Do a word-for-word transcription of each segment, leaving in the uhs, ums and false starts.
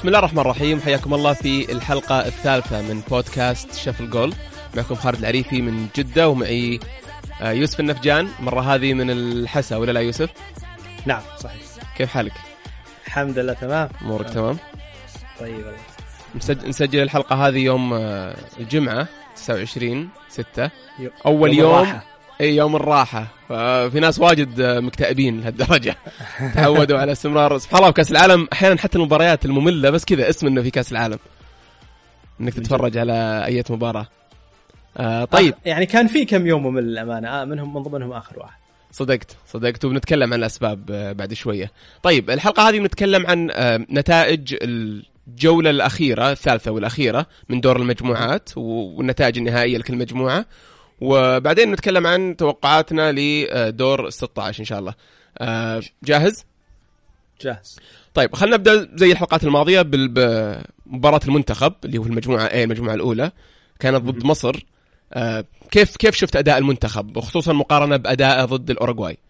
بسم الله الرحمن الرحيم. حياكم الله في الحلقة الثالثة من بودكاست شفل جول. معكم خالد العريفي من جدة ومعي يوسف النفجان مرة هذه من الحسا، ولا لا يوسف؟ نعم صحيح. كيف حالك؟ الحمد لله تمام. أمورك تمام؟ طيب والله. مسج... نسجل الحلقة هذه يوم الجمعة تسعة وعشرين ستة، أول يوم, يوم الراحة. أي يوم الراحة. ففي ناس واجد مكتئبين لهالدرجة تعودوا على استمرار. سبحان الله، بكأس العالم أحيانا حتى المباريات المملة بس كذا اسم إنه في كأس العالم إنك تتفرج على أي مباراة. آه طيب آه يعني كان في كم يوم من الأمانة آه منهم من ضمنهم آخر واحد. صدقت صدقت وبنتكلم عن الأسباب بعد شوية. طيب الحلقة هذه بنتكلم عن نتائج الجولة الأخيرة الثالثة والأخيرة من دور المجموعات والنتائج النهائية لكل مجموعة، وبعدين نتكلم عن توقعاتنا لدور ستة عشر إن شاء الله. جاهز؟ جاهز. طيب خلينا نبدأ زي الحلقات الماضية بمباراة المنتخب اللي هو المجموعة A المجموعة الأولى كانت ضد مصر. آه كيف كيف شفت أداء المنتخب وخصوصا مقارنة بأداءه ضد الأوروغواي؟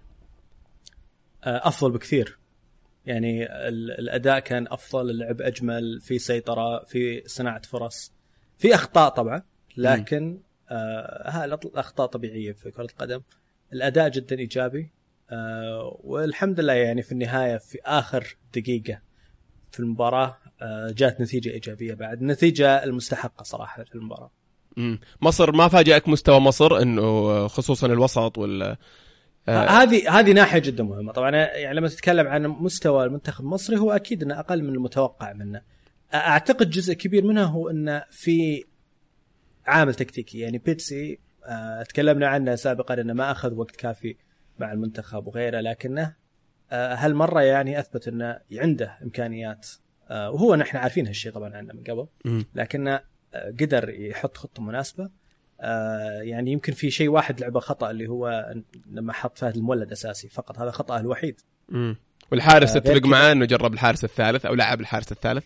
آه أفضل بكثير، يعني الأداء كان أفضل، اللعب أجمل، في سيطرة، في صناعة فرص، في أخطاء طبعا لكن آه ها الأخطاء طبيعية في كرة القدم. الأداء جدا إيجابي آه والحمد لله، يعني في النهاية في آخر دقيقة في المباراة آه جاءت نتيجة إيجابية بعد النتيجة المستحقة صراحة في المباراة. مصر ما فاجأك مستوى مصر انه خصوصا الوسط وال هذه هذه ناحيه جدا مهمه طبعا. يعني لما تتكلم عن مستوى المنتخب المصري هو اكيد انه اقل من المتوقع منه. اعتقد جزء كبير منها هو انه في عامل تكتيكي، يعني بيتسي اه تكلمنا عنه سابقا انه ما اخذ وقت كافي مع المنتخب وغيره، لكنه اه هالمره يعني اثبت انه عنده امكانيات اه وهو نحن عارفين هالشيء طبعا عنه من قبل، لكنه قدر يحط خطة مناسبة. آه يعني يمكن في شيء واحد لعبه خطأ اللي هو لما حط فهد المولد أساسي فقط، هذا خطأه الوحيد. مم. والحارس آه اتفق معاه انه جرب الحارس الثالث او لعب الحارس الثالث.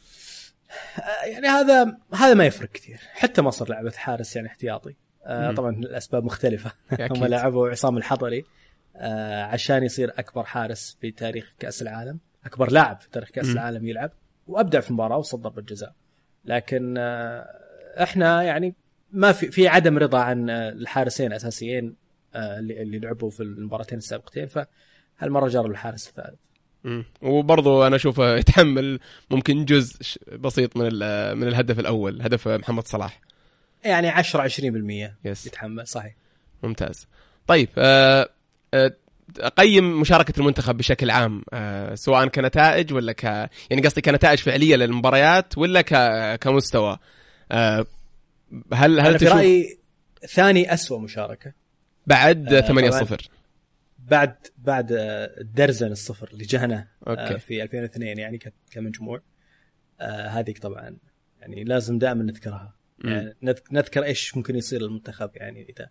آه يعني هذا هذا ما يفرق كثير، حتى مصر لعبت حارس يعني احتياطي. آه طبعا الأسباب مختلفة. هم لعبوا عصام الحضري آه عشان يصير أكبر حارس في تاريخ كأس العالم، أكبر لاعب في تاريخ كأس مم. العالم يلعب، وأبدع في المباراة وصد ضربة جزاء. لكن احنا يعني ما في في عدم رضا عن الحارسين الاساسيين اللي اللي لعبوا في المباراتين السابقتين، فهالمره جرب الحارس الثالث. امم وبرضه انا اشوفه يتحمل ممكن جزء بسيط من من الهدف الاول، هدف محمد صلاح، يعني عشرة عشرين بالمية يس. يتحمل صحيح. ممتاز. طيب أه أه أقيم مشاركة المنتخب بشكل عام أه سواء كنتائج ولا ك يعني قصدي كنتائج فعلية للمباريات ولا ك كمستوى. أه هل هل في رأيي ثاني أسوأ مشاركة بعد أه ثمانية صفر، بعد بعد الدرزن الصفر اللي جانا أه في ألفين واثنين يعني كمجموع. أه هذيك طبعا يعني لازم دائما نذكرها، يعني نذكر إيش ممكن يصير للمنتخب يعني إذا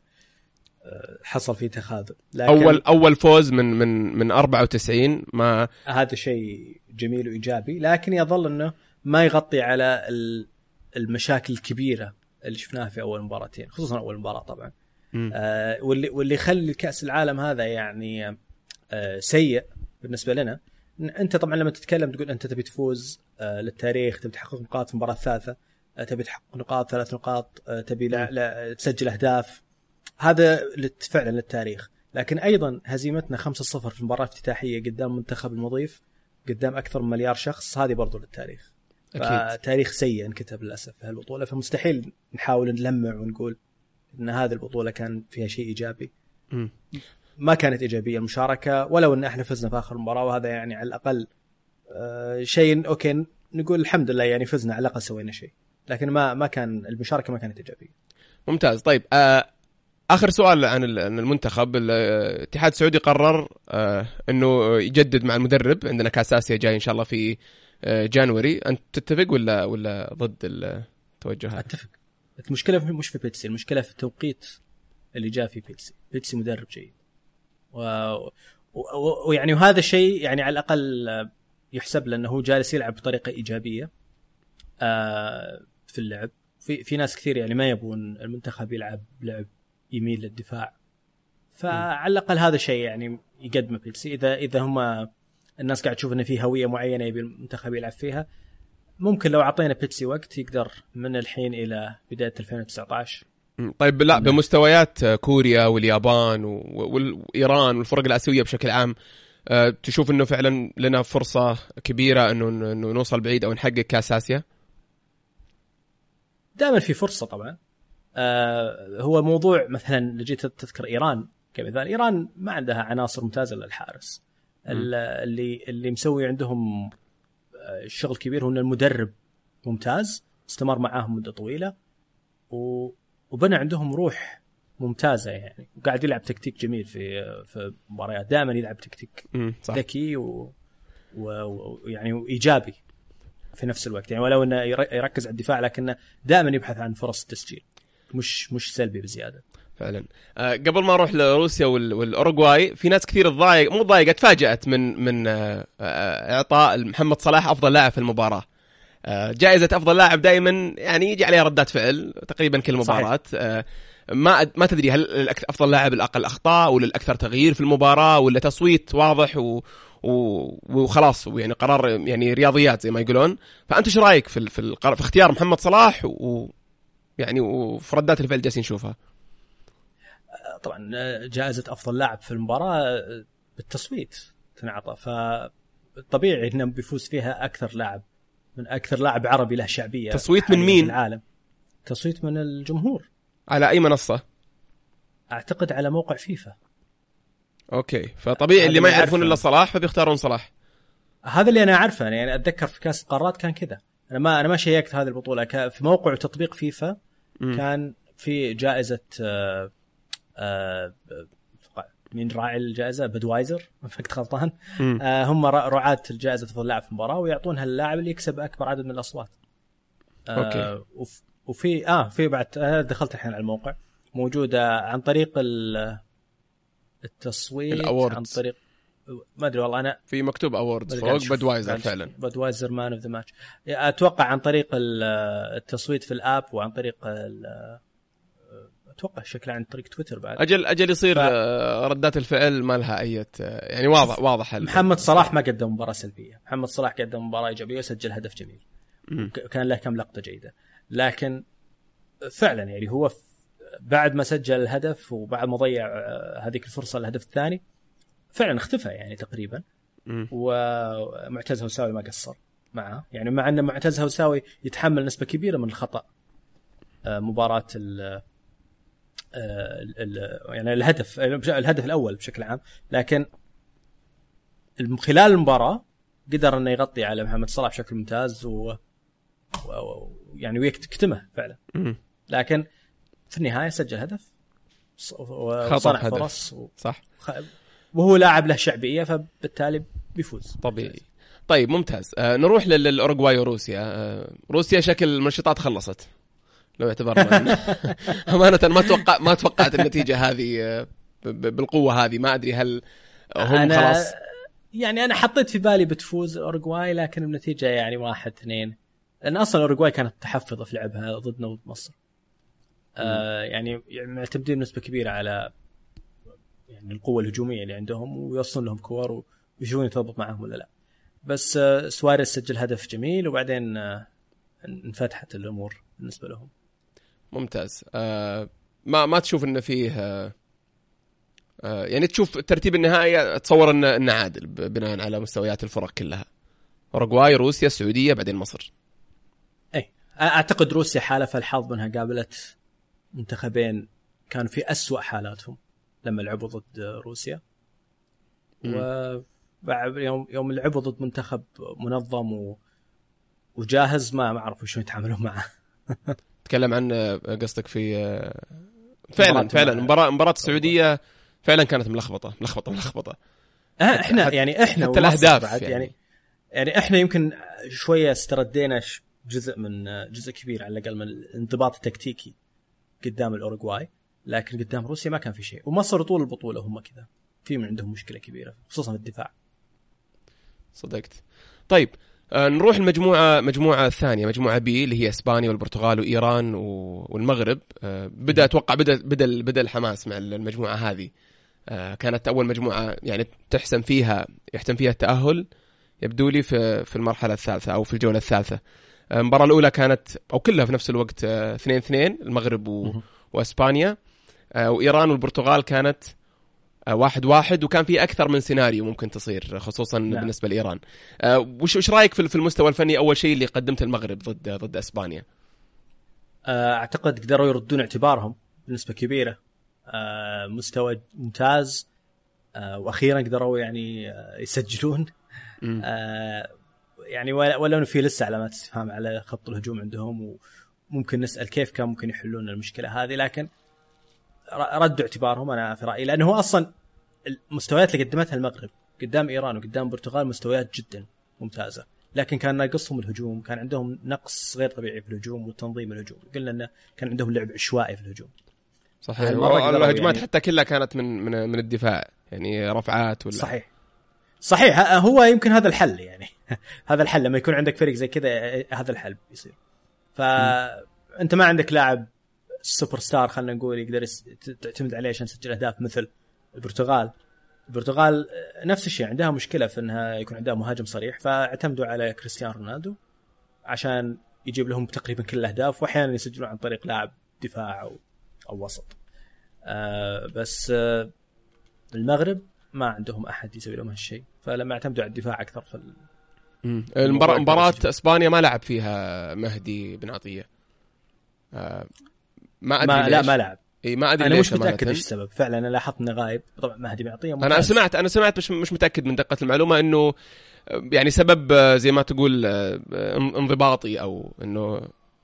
حصل فيه تخاذل. اول اول فوز من من من أربعة وتسعين، ما هذا شيء جميل وايجابي، لكن يظل انه ما يغطي على المشاكل الكبيره اللي شفناها في اول مباراتين، خصوصا اول مباراه طبعا. آه واللي واللي يخلي كاس العالم هذا يعني آه سيء بالنسبه لنا. انت طبعا لما تتكلم تقول انت تبي تفوز آه للتاريخ، تبي تحقق نقاط في المباراه الثالثه، آه تبي تحقق نقاط ثلاث نقاط، آه تبي لا لا تسجل اهداف، هذا فعلا للتاريخ. لكن أيضا هزيمتنا خمسة صفر في المباراة الافتتاحية قدام منتخب المضيف قدام أكثر من مليار شخص، هذه برضو للتاريخ. تاريخ سيء انكتب للأسف في هالبطولة، فمستحيل نحاول نلمع ونقول إن هذه البطولة كان فيها شيء إيجابي. م. ما كانت إيجابية المشاركة، ولو إن إحنا فزنا في آخر المباراة، وهذا يعني على الأقل آه شيء أوكي نقول الحمد لله يعني فزنا، على الأقل سوينا شيء، لكن ما ما كان المشاركة ما كانت إيجابية. ممتاز. طيب آه آخر سؤال عن المنتخب. الاتحاد السعودي قرر آه إنه يجدد مع المدرب، عندنا كأس آسيا جاي إن شاء الله في آه جانوري. أنت تتفق ولا ولا ضد التوجه هذا؟ أتفق. المشكلة مش في بيتسي، المشكلة في التوقيت اللي جاء في بيتسي. بيتسي مدرب جيد ويعني و... و... وهذا الشيء يعني على الأقل يحسب له أنه جالس يلعب بطريقة إيجابية آه في اللعب. في في ناس كثير يعني ما يبون المنتخب يلعب لعب يميل للدفاع، فعلى الأقل هذا شيء يعني يقدمه بيلسي. إذا إذا هم الناس قاعد تشوف إن في هوية معينة يبي المنتخب يلعب فيها، ممكن لو اعطينا بيبسي وقت يقدر من الحين الى بدايه ألفين وتسعة عشر. طيب لا بمستويات كوريا واليابان وايران والفرق الاسيويه بشكل عام، أه تشوف انه فعلا لنا فرصه كبيره انه انه نوصل بعيد او نحقق كاس اسيا؟ دائما في فرصه طبعا. أه هو موضوع مثلا اللي جيت تذكر ايران كمثال، ايران ما عندها عناصر ممتازه للحارس. اللي اللي مسوي عندهم شغل كبير هو ان المدرب ممتاز استمر معاهم مده طويله و وبنى عندهم روح ممتازه يعني، وقاعد يلعب تكتيك جميل في في مباريات، دائما يلعب تكتيك ذكي ويعني و... وايجابي في نفس الوقت يعني، ولو انه يركز على الدفاع لكنه دائما يبحث عن فرص التسجيل، مش مش سلبي بزياده فعلا. أه قبل ما اروح لروسيا وال... والاوروغواي، في ناس كثير تضايق مو ضايقه تفاجات من من أه اعطاء محمد صلاح افضل لاعب في المباراه. جائزة أفضل لاعب دائما يعني يجي عليها ردات فعل تقريبا كل مباراة. ما ما تدري هل أفضل لاعب الأقل أخطاء ولا الأكثر تغيير في المباراة ولا تصويت واضح و... و... وخلاص يعني قرار يعني رياضيات زي ما يقولون. فأنت ايش رايك في في, القرار... في اختيار محمد صلاح و... يعني وفي ردات الفعل جالسين نشوفها؟ طبعا جائزة أفضل لاعب في المباراة بالتصويت تنعطى، فطبيعي إنه بيفوز فيها أكثر لاعب من أكثر لاعب عربي له شعبية. تصويت من مين؟ العالم تصويت من الجمهور. على أي منصة؟ أعتقد على موقع فيفا. أوكي، فطبيعي اللي ما يعرفون إلا صلاح فبيختارون صلاح. هذا اللي أنا أعرفه يعني، أتذكر في كأس القارات كان كذا. أنا ما أنا ما شيكت هذه البطولة، في موقع وتطبيق فيفا م. كان في جائزة آآ آآ من راعي الجائزة بدوايزر فكت غلطان آه هم رعاة الجائزة أفضل لاعب في المباراة، ويعطونها اللاعب اللي يكسب أكبر عدد من الأصوات. آه أوكي. وفي آه في بعد أنا دخلت الحين على الموقع موجودة عن طريق التصويت الأوردز. عن طريق ما أدري والله أنا في مكتوب أوردز فوق بدوايزر فعلا بدوايزر مان أوف ذا ماتش. أتوقع عن طريق التصويت في الآب وعن طريق اتوقع شكله عن طريق تويتر بعد. اجل اجل يصير ف... ردات الفعل ما لها اي يعني واضح واضح. محمد صلاح ما قدم مباراه سلبيه، محمد صلاح قدم مباراه ايجابيه وسجل هدف جميل م. كان له كم لقطه جيده، لكن فعلا يعني هو بعد ما سجل الهدف وبعد ما ضيع هذيك الفرصه الهدف الثاني فعلا اختفى يعني تقريبا م. ومعتز هوساوي ما قصر معه يعني، مع ان معتز هوساوي يتحمل نسبه كبيره من الخطا مباراه ال يعني الهدف الهدف الأول بشكل عام، لكن خلال المباراة قدر أنه يغطي على محمد صلاح بشكل ممتاز و... و... يعني ويكتمه فعلا، لكن في النهاية سجل هدف وصنع فرص و... صح، وهو لاعب له شعبية فبالتالي بيفوز طبيعي. طيب ممتاز. آه نروح للأوروغواي وروسيا. آه روسيا شكل المنشطات خلصت لو اعتبرنا أمانة ما توقع ما توقعت النتيجة هذه بالقوة هذه. ما أدري هل هم أنا خلاص يعني أنا حطيت في بالي بتفوز أوروغواي، لكن النتيجة يعني واحد اثنين، لأن أصلا أوروغواي كانت تحفظ في لعبها ضدنا وضد مصر. آه يعني معتمدين نسبة كبيرة على يعني القوة الهجومية اللي عندهم ويوصلون لهم كور ويشوفون يتضبط معهم ولا لا. بس آه سواريز سجل هدف جميل وبعدين آه انفتحت الأمور بالنسبة لهم. ممتاز. آه ما ما تشوف انه فيه آه يعني تشوف ترتيب النهائي تصور انه انه عادل بناء على مستويات الفرق كلها؟ اوروغواي، روسيا، السعوديه، بعدين مصر. اي اعتقد روسيا حالفها الحظ انها قابلت منتخبين كانوا في أسوأ حالاتهم لما لعبوا ضد روسيا، وبعد يوم يوم لعبوا ضد منتخب منظم و وجاهز ما ما عرفوا شو يتعاملون معه. تكلم عن قصدك في فعلا فعلا مباراة مباراة السعودية فعلا كانت ملخبطة ملخبطة ملخبطة. احنا حتى يعني احنا حتى الأهداف يعني. يعني يعني احنا يمكن شوية استردينا جزء من جزء كبير على الأقل من الانضباط التكتيكي قدام الأوروغواي، لكن قدام روسيا ما كان في شيء. ومصر طول البطولة هم كذا في من عندهم مشكلة كبيرة خصوصا في الدفاع. صدقت. طيب آه نروح المجموعة مجموعة الثانية، مجموعة بي اللي هي إسبانيا والبرتغال وإيران والمغرب. آه بدأ أتوقع بدأ بدأ بدأ الحماس مع المجموعة هذه. آه كانت أول مجموعة يعني تحسم فيها يحتم فيها التأهل، يبدو لي في في المرحله الثالثه او في الجوله الثالثه. المباراه الاولى كانت او كلها في نفس الوقت اثنين اثنين المغرب و... واسبانيا، وايران والبرتغال كانت واحد واحد، وكان في اكثر من سيناريو ممكن تصير خصوصا لا. بالنسبه لايران. وش وش رايك في المستوى الفني اول شيء اللي قدمت المغرب ضد ضد اسبانيا؟ اعتقد قدروا يردون اعتبارهم بنسبه كبيره، مستوى ممتاز، واخيرا قدروا يعني يسجلون. يعني ولا انه في لسه علامات استفهام على خط الهجوم عندهم، وممكن نسال كيف كان ممكن يحلون المشكله هذه، لكن ردوا اعتبارهم انا في رايي، لانه هو اصلا المستويات اللي قدمتها المغرب قدام ايران وقدام البرتغال مستويات جدا ممتازه، لكن كان ناقصهم الهجوم، كان عندهم نقص غير طبيعي في الهجوم وتنظيم الهجوم. قلنا انه كان عندهم لعب عشوائي في الهجوم. صحيح، الهجمات يعني حتى كلها كانت من من من الدفاع، يعني رفعات ولا صحيح صحيح هو يمكن هذا الحل يعني هذا الحل لما يكون عندك فريق زي كذا، هذا الحل يصير. فانت ما عندك لاعب سوبر ستار خلينا نقول يقدر تعتمد عليه عشان تسجل اهداف مثل البرتغال. البرتغال نفس الشيء، عندها مشكله في انها يكون عندها مهاجم صريح، فاعتمدوا على كريستيانو رونالدو عشان يجيب لهم تقريبا كل الاهداف، واحيانا يسجلون عن طريق لاعب دفاع او او وسط. آه بس آه المغرب ما عندهم احد يسوي لهم هالشيء، فلما اعتمدوا على الدفاع اكثر في المباراه مباراه اسبانيا ما لعب فيها مهدي بن عطيه. آه ما ادري ما لا ما لعب. اي ما ادري انا مش متاكد ايش السبب فعلا، انا لاحظت انه غايب. طبعا مهدي بن عطيه انا سمعت انا سمعت مش مش متاكد من دقه المعلومه، انه يعني سبب زي ما تقول انضباطي، او انه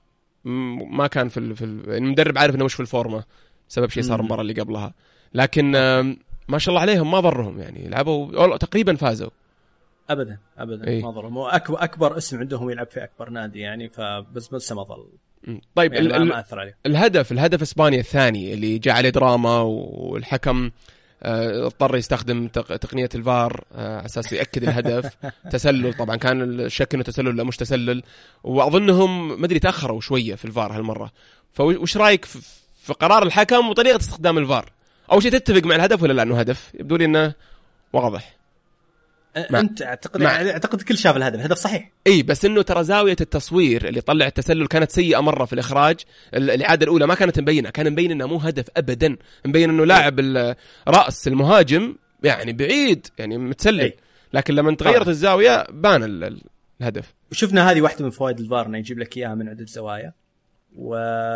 ما كان في في المدرب عارف انه مش في الفورمه سبب شيء صار المباراه اللي قبلها، لكن ما شاء الله عليهم ما ضرهم، يعني لعبوا تقريبا فازوا. ابدا ابدا إيه؟ ما ضرهم، اكبر اكبر اسم عندهم يلعب في اكبر نادي يعني، فبس بس ما ضل. طيب يعني ال- ما أثر عليه. الهدف الهدف اسبانيا الثاني اللي جاء عليه دراما، والحكم آه اضطر يستخدم تق- تقنيه الفار آه على اساس ياكد الهدف. تسلل طبعا، كان الشك انه تسلل لا مش تسلل، واظنهم ما ادري تاخروا شويه في الفار هالمره. فوش رايك في, في قرار الحكم وطريقه استخدام الفار؟ اول شيء تتفق مع الهدف ولا لا انه هدف؟ يبدو لي انه واضح. انت اعتقد مع... اعتقد كل شاف الهدف، الهدف صحيح. اي بس انه ترى زاويه التصوير اللي طلع التسلل كانت سيئه مره في الاخراج. الاعاده الاولى ما كانت مبينه، كان مبين انه مو هدف ابدا، مبين انه لاعب راس المهاجم يعني بعيد يعني متسلل. أي. لكن لما تغيرت آه. الزاويه بان ال... الهدف. وشفنا هذه واحده من فوائد الفار، انه يجيب لك اياها من عده زوايا، و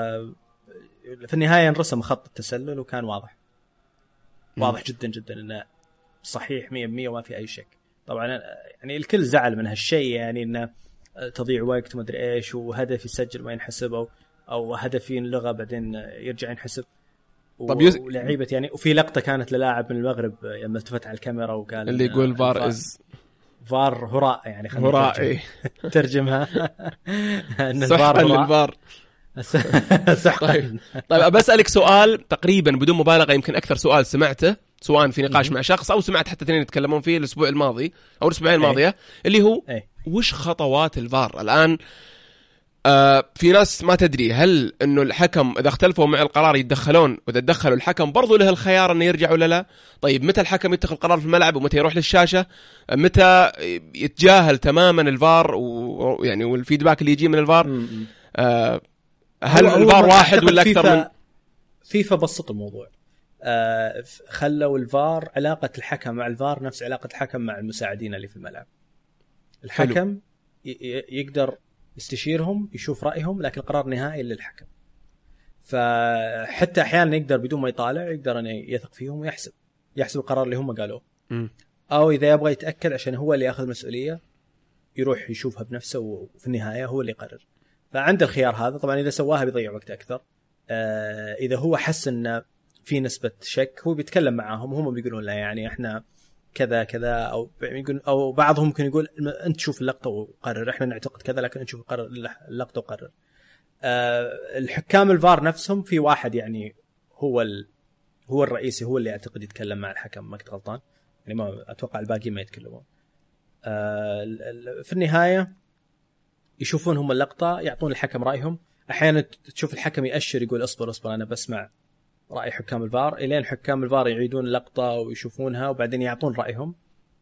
في النهايه انرسم خط التسلل وكان واضح م. واضح جدا جدا انه صحيح مية بالمية وما في اي شك. طبعا يعني الكل زعل من هالشيء، يعني انه تضيع وقت وما ادري ايش، وهدف يسجل ما ينحسب، او او هدف ينلغى بعدين يرجع ينحسب. طب يز... ولعيبه يعني، وفي لقطه كانت للاعب من المغرب لما التفت على الكاميرا وقال اللي يقول فار از فار هراء، يعني خلينا هراء ترجمها ان الفار الفار طيب طيب بسألك سؤال تقريبا بدون مبالغه، يمكن اكثر سؤال سمعته سواء في نقاش مع شخص او سمعت حتى اثنين يتكلمون فيه الاسبوع الماضي او الاسبوعين الماضيه، أي. اللي هو أي. وش خطوات الفار الان؟ آه في ناس ما تدري هل انه الحكم اذا اختلفوا مع القرار يتدخلون، واذا تدخلوا الحكم برضو له الخيار انه يرجع ولا لا؟ طيب متى الحكم يتخذ قرار في الملعب ومتى يروح للشاشه؟ متى يتجاهل تماما الفار ويعني والفيدباك اللي يجي من الفار؟ آه هل هو الفار هو واحد ولا اكثر من فيفا؟ بسط الموضوع، آه خلوا الفار علاقه الحكم مع الفار نفس علاقه الحكم مع المساعدين اللي في الملعب. الحكم ي- يقدر يستشيرهم يشوف رايهم، لكن القرار نهائي للحكم. فحتى احيانا يقدر بدون ما يطالع يقدر ان يثق فيهم ويحسب يحسب القرار اللي هم قالوه، م. او اذا يبغى يتاكد عشان هو اللي ياخذ مسؤوليه يروح يشوفها بنفسه، وفي النهايه هو اللي يقرر. فعند الخيار هذا طبعا اذا سواها بيضيع وقت اكثر. آه اذا هو حس ان في نسبه شك هو بيتكلم معاهم وهم بيقولون لا يعني احنا كذا كذا، او يقول او بعضهم ممكن يقول انت شوف اللقطه وقرر، احنا نعتقد كذا لكن انت شوف قرر اللقطه وقرر. آه الحكام الفار نفسهم في واحد يعني هو ال... هو الرئيسي، هو اللي اعتقد يتكلم مع الحكم، ما كنت غلطان يعني، ما اتوقع الباقيين ما يتكلمون. آه في النهايه يشوفون هم اللقطه يعطون الحكم رايهم. احيانا تشوف الحكم يأشر يقول اصبر اصبر انا بسمع راي حكام الفار، الين حكام الفار يعيدون اللقطه ويشوفونها وبعدين يعطون رايهم.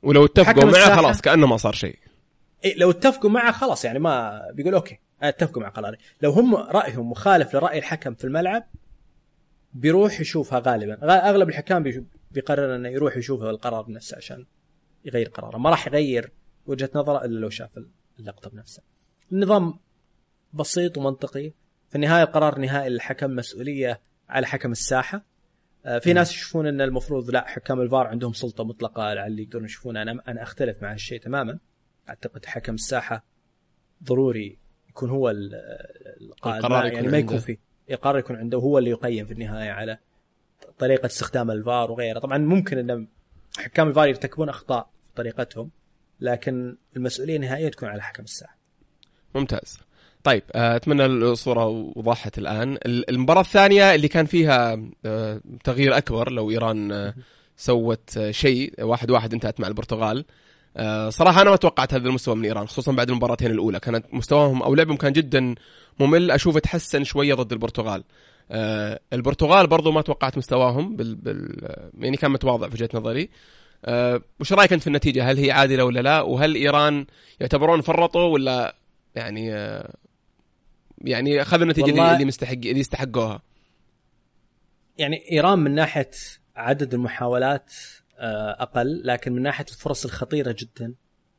ولو اتفقوا معه خلاص كأنه ما صار شيء. إيه لو اتفقوا معه خلاص يعني ما بيقول اوكي انا اتفقوا مع قراري. لو هم رايهم مخالف لراي الحكم في الملعب بيروح يشوفها غالبا. اغلب الحكام بيقرر انه يروح يشوفها القرار بنفسه عشان يغير قراره. ما راح يغير وجهة نظره الا لو شاف اللقطه بنفسه. النظام بسيط ومنطقي. في النهايه القرار نهائي الحكم، مسؤوليه على حكم الساحه. في ناس يشوفون ان المفروض لا حكام الفار عندهم سلطه مطلقه على اللي يقدرون يشوفون. انا انا اختلف مع هالشيء تماما. اعتقد حكم الساحه ضروري يكون هو القرار، يعني ما يكون فيه القرار يكون عنده هو اللي يقيم في النهايه على طريقه استخدام الفار وغيره. طبعا ممكن ان حكام الفار يرتكبون اخطاء في طريقتهم، لكن المسؤوليه النهائيه تكون على حكم الساحه. ممتاز. طيب أتمنى الصورة وضحت الآن. المباراة الثانية اللي كان فيها تغيير أكبر، لو إيران سوت شيء واحد واحد انتهت مع البرتغال. صراحة أنا ما توقعت هذا المستوى من إيران، خصوصا بعد المباراتين الأولى كانت مستواهم أو لعبهم كان جدا ممل. أشوف تحسن شوية ضد البرتغال. البرتغال برضو ما توقعت مستواهم بال... بال... يعني كان متواضع في وجهة نظري. وش رأيك أنت في النتيجة؟ هل هي عادلة ولا لا؟ وهل إيران يعتبرون فرطوا ولا يعني يعني أخذوا النتيجة اللي اللي مستحق اللي يستحقوها؟ يعني إيران من ناحية عدد المحاولات أقل، لكن من ناحية الفرص الخطيرة جدا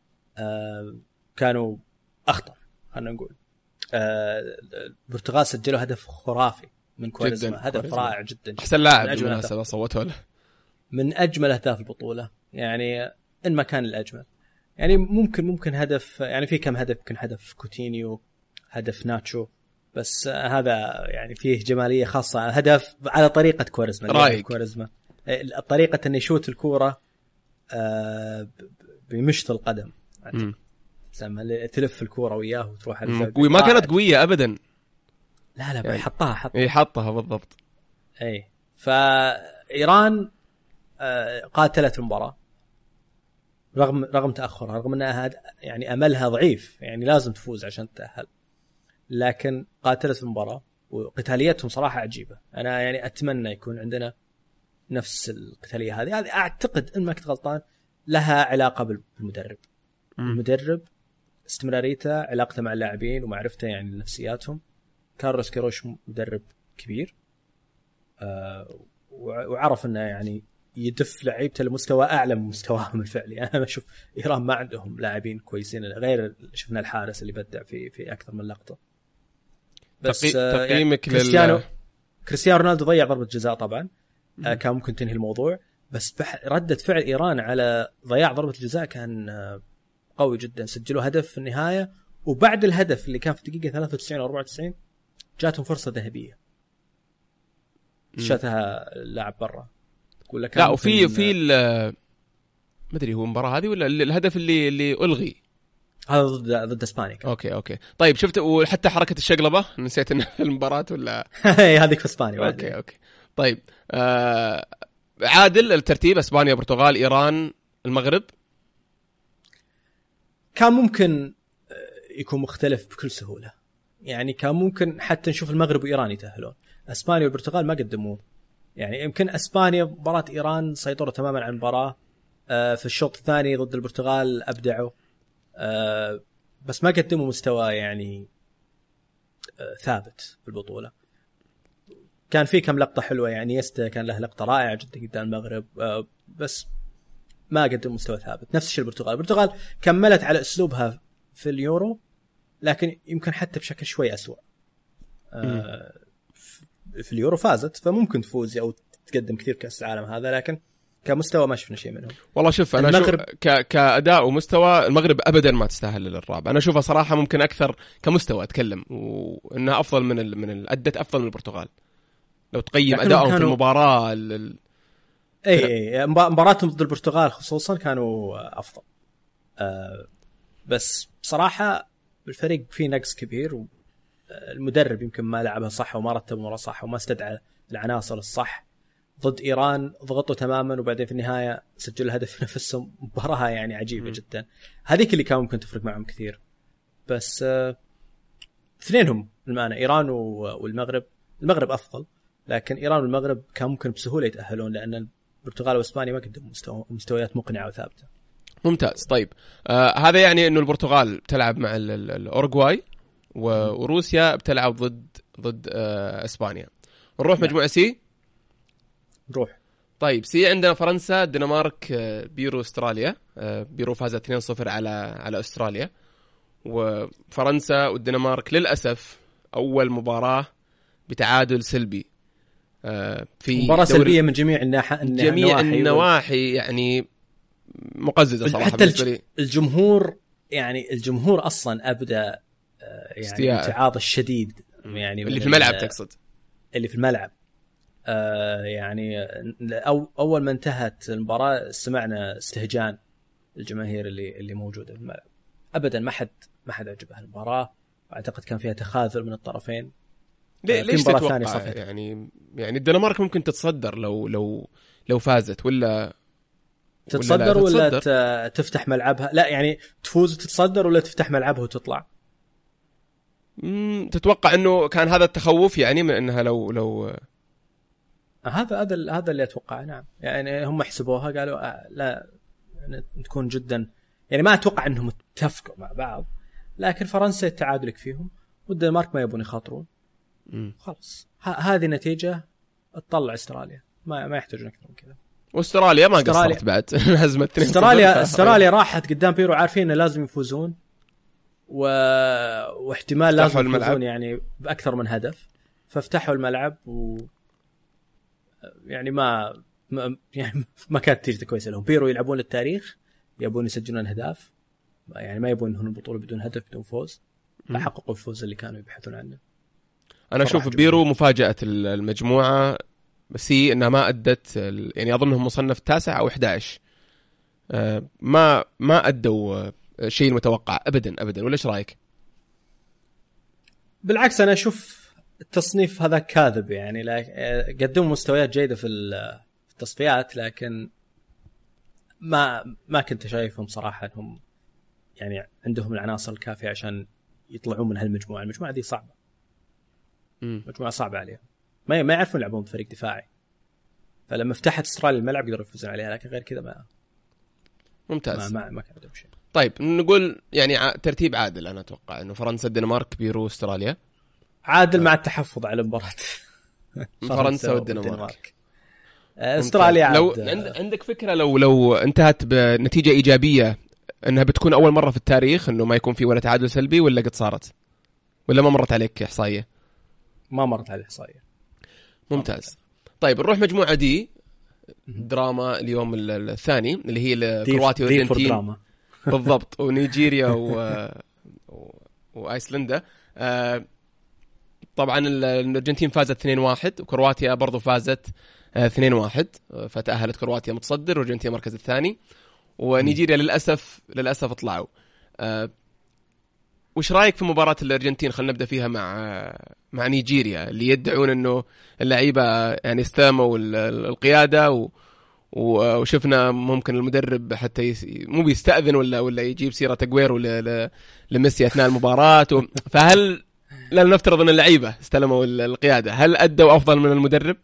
كانوا أخطر. خلنا نقول البرتغال سجلوا هدف خرافي من كواريزما، هدف كواريزما. رائع جدا، أحسن لاعب بالمناسبة صوتوا له، من أجمل أهداف البطولة يعني إن ما كان الأجمل. يعني ممكن ممكن هدف يعني في كم هدف، يمكن هدف كوتينيو، هدف ناتشو، بس هذا يعني فيه جمالية خاصة. هدف على طريقة كواريزما، رايق كواريزما الطريقة أن يشوت الكورة بمشط القدم، زي تلف الكورة وياه وتروح على وما كانت قوية أبدا. لا لا يعني حطها حطها اي حطها بالضبط. اي فإيران قاتلت المباراة رغم رغم تأخرها، رغم أنها يعني أملها ضعيف، يعني لازم تفوز عشان تتأهل، لكن قاتلت المباراة وقتاليتهم صراحة عجيبة. أنا يعني أتمنى يكون عندنا نفس القتالية هذه. هذه أعتقد إن ما كنت غلطان لها علاقة بالمدرب. م. المدرب استمراريته، علاقته مع اللاعبين ومعرفته يعني نفسياتهم. كارلوس كيروش مدرب كبير آه وعرف أنه يعني يدف لعيبته لمستوى أعلى من مستواهم الفعلي. أنا أشوف إيران ما عندهم لاعبين كويسين غير شفنا الحارس اللي بدع في في أكثر من لقطة. بس تقييمك يعني كريستيانو لل... كريستيانو رونالدو ضيع ضربة جزاء طبعا. آه كان ممكن تنهي الموضوع، بس بح... ردة فعل إيران على ضياع ضربة الجزاء كان آه قوي جدا. سجلوا هدف في النهاية، وبعد الهدف اللي كان في الدقيقة ثلاثة وتسعين أو أربعة وتسعين جاتهم فرصة ذهبية شاتها اللاعب برا. لا وفي في ما ادري هو المباراه هذه ولا الهدف اللي اللي الغي هذا ضد ضد اسبانيا. اوكي اوكي طيب شفت، وحتى حركه الشقلبه نسيت ان المباراه ولا هذيك في اسبانيا. اوكي اوكي طيب آه عادل الترتيب اسبانيا برتغال ايران المغرب. كان ممكن يكون مختلف بكل سهوله، يعني كان ممكن حتى نشوف المغرب وايران يتاهلون. اسبانيا والبرتغال ما قدموا، يعني يمكن اسبانيا مباراه ايران سيطروا تماما على المباراه. آه في الشوط الثاني ضد البرتغال ابدعوا، آه بس ما قدموا مستوى يعني آه ثابت في البطوله. كان في كم لقطه حلوه، يعني يستا كان له لقطه رائعه جدا قدام المغرب، آه بس ما قدم مستوى ثابت. نفس الشيء البرتغال البرتغال كملت على اسلوبها في اليورو، لكن يمكن حتى بشكل شوي أسوأ. آه في اليورو فازت، فممكن تفوز او تقدم كثير كاس العالم هذا، لكن كمستوى ما شفنا شيء منهم. والله شوف انا المغرب شوف ك... كاداء ومستوى المغرب ابدا ما تستاهل للرابع. انا اشوفها صراحه ممكن اكثر كمستوى اتكلم، وانها افضل من ال... من ال... ادت افضل من البرتغال لو تقيم ادائهم كانوا... في المباراه ال... اي اي مباراتهم ضد البرتغال خصوصا كانوا افضل. آه بس بصراحه الفريق فيه نقص كبير، والمدرب يمكن ما لعبها صح وما رتب المباراه صح وما استدعى العناصر الصح. ضد إيران ضغطوا تماما، وبعدين في النهاية سجل الهدف في نفسهم. مباراة يعني عجيبة م. جدا. هذيك اللي كان ممكن تفرق معهم كثير. بس آه اثنينهم المعنى إيران والمغرب. المغرب أفضل، لكن إيران والمغرب كان ممكن بسهولة يتأهلون، لأن البرتغال وإسبانيا ما قدموا مستوى مستويات مقنعة وثابتة. ممتاز. طيب آه هذا يعني انه البرتغال تلعب مع الاورجواي وروسيا بتلعب ضد ضد آه اسبانيا. نروح مجموعه سي. نروح. طيب سي عندنا فرنسا، الدنمارك، آه بيرو، استراليا. آه بيرو فازت اثنين صفر على على استراليا. وفرنسا والدنمارك للاسف اول مباراه بتعادل سلبي. آه في مباراه سلبيه من جميع الناح... جميع النواحي, النواحي يعني مقززه صراحه حتى بالنسبه لي. الجمهور يعني الجمهور اصلا ابدا يعني الامتعاض الشديد يعني اللي في الملعب تقصد اللي في الملعب آه يعني أو اول ما انتهت المباراه سمعنا استهجان الجماهير اللي اللي موجوده في الملعب. ابدا ما حد ما حد عجبه المباراه، اعتقد كان فيها تخاذل من الطرفين. ليه ليش تتوقع يعني يعني الدنمارك ممكن تتصدر لو لو لو فازت ولا تتصدر ولا, ولا تتصدر؟ تفتح ملعبها؟ لا يعني تفوز وتتصدر ولا تفتح ملعبها وتطلع؟ امم تتوقع انه كان هذا التخوف يعني من انها لو لو هذا هذا هذا اللي اتوقع. نعم يعني هم حسبوها قالوا آه لا تكون جدا يعني ما اتوقع انهم اتفقوا مع بعض، لكن فرنسا التعادل فيهم والدنمارك ما يبون يخاطرون خلاص. هذه نتيجه تطلع استراليا، ما ما يحتاجون اكثر من كذا. واستراليا ما قصرت بعد هزمت اثنين. استراليا استراليا راحت قدام بيرو عارفين انه لازم يفوزون و... واحتمال لازم يفوزون يعني باكثر من هدف، فافتحوا الملعب و يعني ما, ما يعني ما كانت نتيجة كويسه لهم. بيرو يلعبون للتاريخ، يبون يسجلون اهداف، يعني ما يبون انهم البطوله بدون هدف بدون فوز، فحققوا الفوز اللي كانوا يبحثون عنه. انا اشوف بيرو مفاجاه المجموعه سي انها ما ادت يعني اظنهم مصنف تاسع او احد عشر. ما ما ادوا شيء متوقع ابدا ابدا، ولا ايش رايك؟ بالعكس انا اشوف التصنيف هذا كاذب يعني، قدموا مستويات جيده في التصفيات لكن ما ما كنت شايفهم صراحه انهم يعني عندهم العناصر الكافيه عشان يطلعون من هالمجموعه. المجموعه دي صعبه، مجموعه صعبه عليهم، ما ما يعرفون يلعبون بفريق دفاعي، فلما فتحت استراليا الملعب قدروا يفوزون عليها، لكن غير كذا ما ممتاز. ما ما, ما كان عندهم شيء. طيب نقول يعني ترتيب عادل. انا اتوقع انه فرنسا، الدنمارك، بيرو، استراليا عادل آه. مع التحفظ على المباراه فرنسا والدنمارك. استراليا لو عندك فكره لو لو انتهت بنتيجه ايجابيه انها بتكون اول مره في التاريخ انه ما يكون في ولا تعادل سلبي، ولا قد صارت، ولا ما مرت عليك احصائيه؟ ما مرت على احصائيه. ممتاز. طيب نروح مجموعه دي، دراما اليوم الثاني اللي هي كرواتيا والارجنتين بالضبط، ونيجيريا و... و... وايسلندا. آه... طبعا الارجنتين فازت اثنين واحد، وكرواتيا برضو فازت اثنين واحد، فتأهلت كرواتيا متصدر والارجنتين المركز الثاني، ونيجيريا للاسف للاسف طلعوا. آه... وش رايك في مباراة الارجنتين؟ خلينا نبدا فيها مع مع نيجيريا اللي يدعون انه اللعيبه يعني استلموا القياده و... وشفنا ممكن المدرب حتى يس... مو بيستأذن ولا ولا يجيب سيرة أجويرو ل... لميسي أثناء المباراة و... فهل لا نفترض أن اللعيبة استلموا القيادة، هل أدوا أفضل من المدرب؟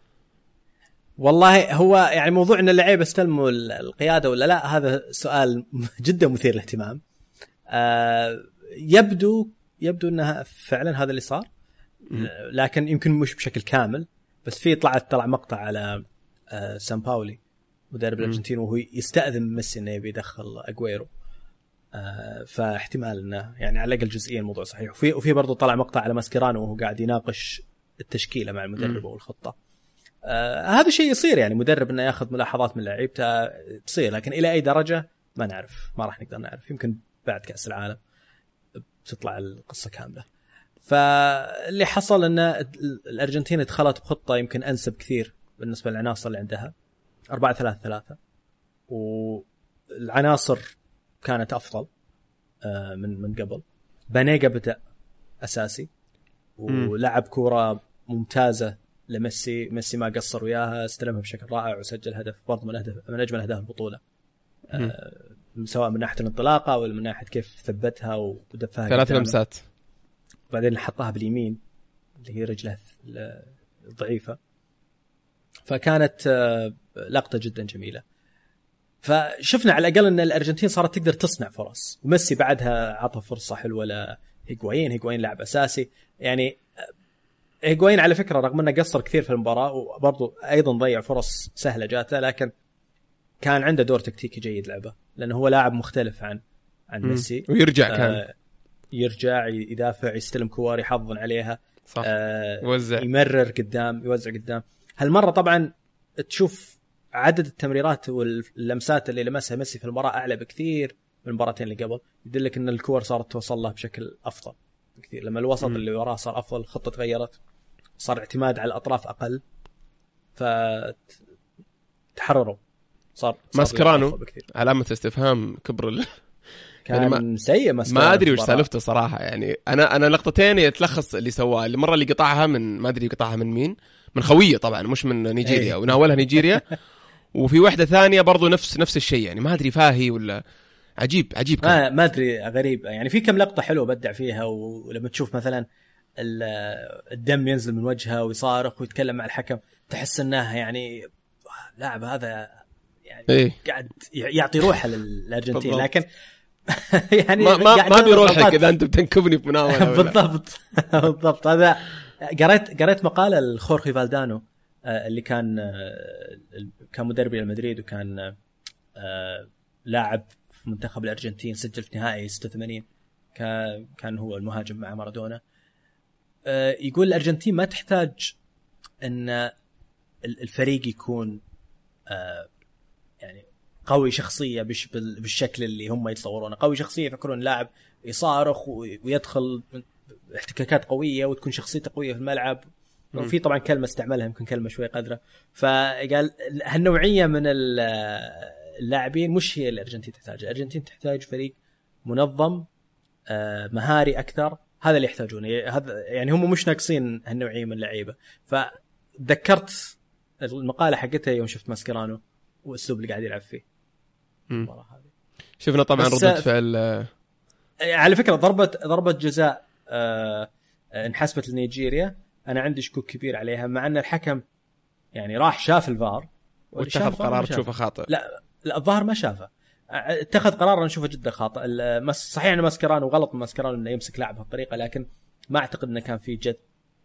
والله هو يعني موضوع أن اللعيبة استلموا القيادة ولا لا، هذا سؤال جدا مثير للاهتمام. آه يبدو يبدو أنها فعلا هذا اللي صار، لكن يمكن مش بشكل كامل. بس في طلعت طلع مقطع على آه سان باولي مدرب الارجنتين وهو يستأذن ميسي انه يبي يدخل اجويرو، آه فاحتمال انه يعني على الاقل جزئيا الموضوع صحيح. وفي وفي برضه طلع مقطع على ماسكيرانو وهو قاعد يناقش التشكيله مع المدرب والخطه. آه هذا شيء يصير يعني، مدرب انه ياخذ ملاحظات من لعيبته تصير، لكن الى اي درجه ما نعرف، ما راح نقدر نعرف. يمكن بعد كأس العالم تطلع القصه كامله. فاللي حصل ان الارجنتين دخلت بخطه يمكن انسب كثير بالنسبه للعناصر اللي عندها، أربعة ثلاثة ثلاثة، والعناصر كانت أفضل من من قبل. بانيجا بدأ أساسي ولعب كورة ممتازة لميسي، ميسي ما قصر وياها، استلمها بشكل رائع وسجل هدف برضه من أهداف من أجمل أهداف البطولة، سواء من ناحية الانطلاقة ولا من ناحية كيف ثبتها ودفها ثلاث لمسات، بعدين حطها باليمين اللي هي رجله ضعيفة، فكانت لقطة جدا جميلة. فشفنا على الاقل ان الارجنتين صارت تقدر تصنع فرص، وميسي بعدها عطى فرصه حلوه لهيغوايين. هيغوايين لاعب اساسي يعني. هيغوايين على فكره رغم انه قصر كثير في المباراه وبرضه ايضا ضيع فرص سهله جاته، لكن كان عنده دور تكتيكي جيد لعبه، لانه هو لاعب مختلف عن عن ميسي. ويرجع كان آه يرجع يدافع، يستلم كور، يحضن عليها، صح. آه يوزع، يمرر قدام، يوزع قدام. هالمره طبعا تشوف عدد التمريرات واللمسات اللي لمسها ميسي في المباراه اعلى بكثير من المباراتين اللي قبل، يدلك ان الكور صارت توصل له بشكل افضل بكثير. لما الوسط م. اللي وراه صار افضل، الخطه تغيرت، صار اعتماد على الاطراف اقل، فتحرروا. صار, صار ماسكرانو علامه استفهام كبر ال... كان يعني ما... سيء ماسكرانو. ما ادري وش سالفته صراحه يعني. انا انا لقطتين يتلخص اللي سواه. المره اللي قطعها من ما ادري قطعها من مين، من خويه طبعا مش من نيجيريا، وناولها نيجيريا. وفي واحدة ثانية برضو نفس نفس الشيء يعني، ما أدري فاهي ولا عجيب عجيب ما ما أدري غريب يعني. في كم لقطة حلوة بدع فيها، ولما تشوف مثلا الدم ينزل من وجهه ويصارخ ويتكلم مع الحكم، تحس انه يعني لاعب هذا يعني إيه؟ قاعد يعطي روحه للأرجنتين. لكن يعني ما ما, ما بيروحك إذا أنت بتنكبني في مناولة. بالضبط بالضبط. هذا قريت قريت مقالة لخورخي فالدانو اللي كان كان مدرب للمدريد، وكان لاعب في منتخب الأرجنتين، سجل في نهائي ستة وثمانين، كان هو المهاجم مع مارادونا. يقول الأرجنتين ما تحتاج أن الفريق يكون يعني قوي شخصية بالشكل اللي هم يتصورونه. قوي شخصية يفكرون لاعب يصارخ ويدخل احتكاكات قوية وتكون شخصيته قوية في الملعب. وفي طبعا كلمة استعملها يمكن كلمة شوي قذرة. فقال هالنوعية من اللاعبين مش هي الأرجنتين تحتاج. الأرجنتين تحتاج فريق منظم مهاري أكثر، هذا اللي يحتاجونه. هذا يعني هم مش ناقصين هالنوعية من اللعيبة. فذكرت المقالة حقتها يوم شفت ماسكرانو والأسلوب اللي قاعد يلعب فيه. شفنا طبعا ردة فعل. على فكرة ضربة ضربة جزاء أه انحسبت لنيجيريا، أنا عندي شكوك كبير عليها، مع أن الحكم يعني راح شاف الفار واتخذ قرار تشوفه خاطئ. لا لا الظاهر ما شافه، اتخذ قرار أنا أشوفه جدا خاطئ. صحيح أن ماسكرانو غلط، ماسكرانو إنه يمسك لاعب بهالطريقة، لكن ما أعتقد إنه كان في جد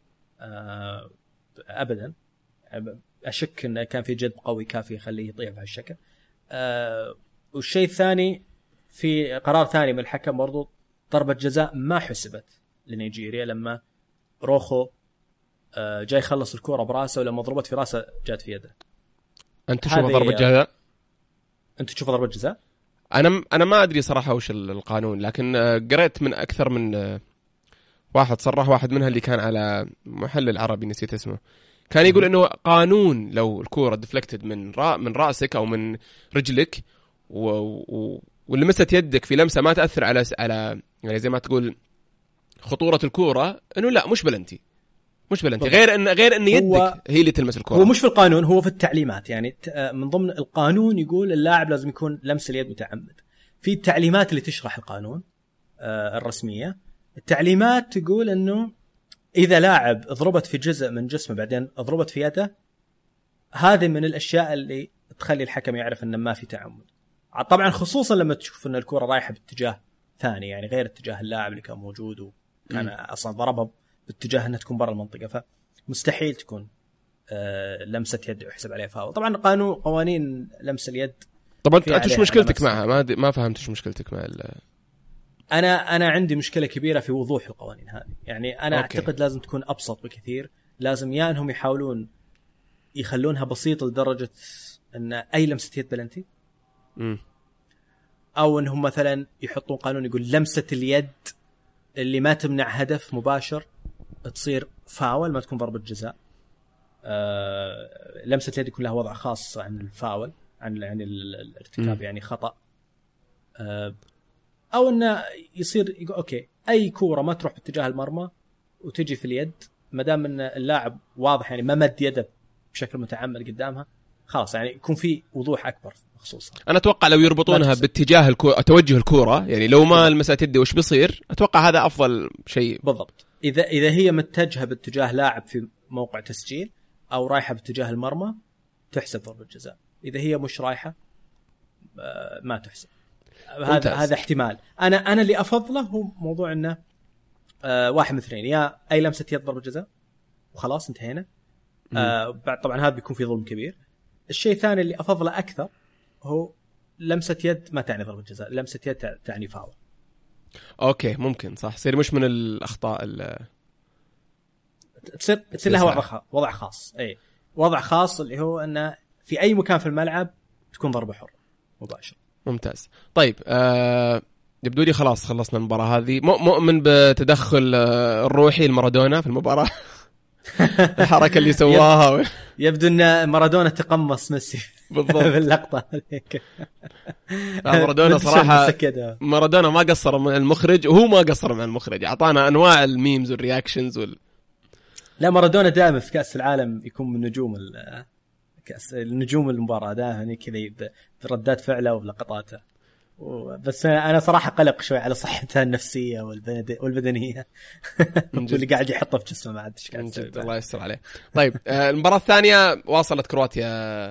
أه أبدا. أشك إنه كان في جد قوي كافي يخليه يطيح بهالشكل. أه والشيء الثاني، في قرار ثاني من الحكم برضو، ضربة جزاء ما حسبت لنيجيريا لما روخو جاي يخلص الكرة براسه، ولما ضربت في راسه جات في يده. أنت تشوف ضربة جزاء؟ أنت تشوف ضربة جزاء؟ أنا أنا ما أدري صراحة وش القانون، لكن قرأت من أكثر من واحد صرح، واحد منها اللي كان على محلل عربي نسيت اسمه، كان يقول إنه قانون لو الكرة ديفلكتد من رأ من رأسك أو من رجلك و, و ولمست يدك في لمسة ما تأثر على على يعني زي ما تقول خطورة الكرة، إنه لا مش بلنتي مش بلنتي غير ان غير ان يدك هي اللي تلمس الكرة. هو مش في القانون، هو في التعليمات. يعني من ضمن القانون يقول اللاعب لازم يكون لمس اليد متعمد. في التعليمات اللي تشرح القانون الرسمية، التعليمات تقول انه اذا لاعب ضربت في جزء من جسمه بعدين ضربت في يده، هذه من الاشياء اللي تخلي الحكم يعرف انه ما في تعمد. طبعا خصوصا لما تشوف ان الكرة رايحة باتجاه ثاني، يعني غير اتجاه اللاعب اللي كان موجود وكان م. اصلا ضربها باتجاه انها تكون برا المنطقه، فمستحيل تكون آه لمسه يد يحسب عليها فاول. طبعا قانون قوانين لمس اليد. طبعا انت ايش مشكلتك معها؟ ما ما فهمت ايش مشكلتك مع ال... انا انا عندي مشكله كبيره في وضوح القوانين هذه. يعني انا أوكي. اعتقد لازم تكون ابسط بكثير. لازم يا انهم يحاولون يخلونها بسيطه لدرجه ان اي لمسه يد بلنتي، م. او انهم مثلا يحطون قانون يقول لمسه اليد اللي ما تمنع هدف مباشر تصير فاول، ما تكون ضربة جزاء. آه لمسة اليد يكون لها وضع خاص عن الفاول، عن يعني الارتكاب يعني خطأ. آه أو إنه يصير يقول أوكي أي كورة ما تروح باتجاه المرمى وتجي في اليد، ما دام إن اللاعب واضح يعني ما مد يده بشكل متعمد قدامها، خلاص يعني يكون في وضوح أكبر خصوصا. أنا أتوقع لو يربطونها باتجاه الكورة، توجه الكورة، يعني لو ما لمست يده وش بيصير، أتوقع هذا أفضل شيء. بالضبط. إذا إذا هي متجهة باتجاه لاعب في موقع تسجيل أو رايحة باتجاه المرمى تحسب ضربة جزاء. إذا هي مش رايحة ما تحسب. هذا هذا احتمال. انا انا اللي افضله هو موضوع انه آه واحد من اثنين، يا اي لمسه يد ضربه جزاء وخلاص انتهينا. آه بعد طبعا هذا بيكون في ظلم كبير. الشيء الثاني اللي افضله اكثر هو لمسه يد ما تعني ضربه جزاء، لمسه يد تعني فاول. اوكي ممكن صح، يصير مش من الاخطاء ال تصير تصير لها وضع وضع خاص. اي وضع خاص اللي هو انه في اي مكان في الملعب تكون ضربه حره مباشره. ممتاز. طيب آه يبدو لي خلاص خلصنا المباراه هذه. مؤمن بتدخل الروحي المارادونا في المباراه الحركه اللي سواها يبدو ان مارادونا تقمص ميسي بالضبط في اللقطه هذيك. مارادونا صراحه مارادونا ما قصر مع المخرج وهو ما قصر مع المخرج، اعطانا انواع الميمز والرياكشنز وال... لا مارادونا دائما في كاس العالم يكون من نجوم كاس النجوم المباراه دائما كذا بردات فعله ولقطاته. بس انا صراحه قلق شوي على صحته النفسيه والبدنيه واللي قاعد يحطه في جسمه ما عاد ايش قاعد يسوي. الله يستر عليه. طيب المباراه الثانيه واصلت كرواتيا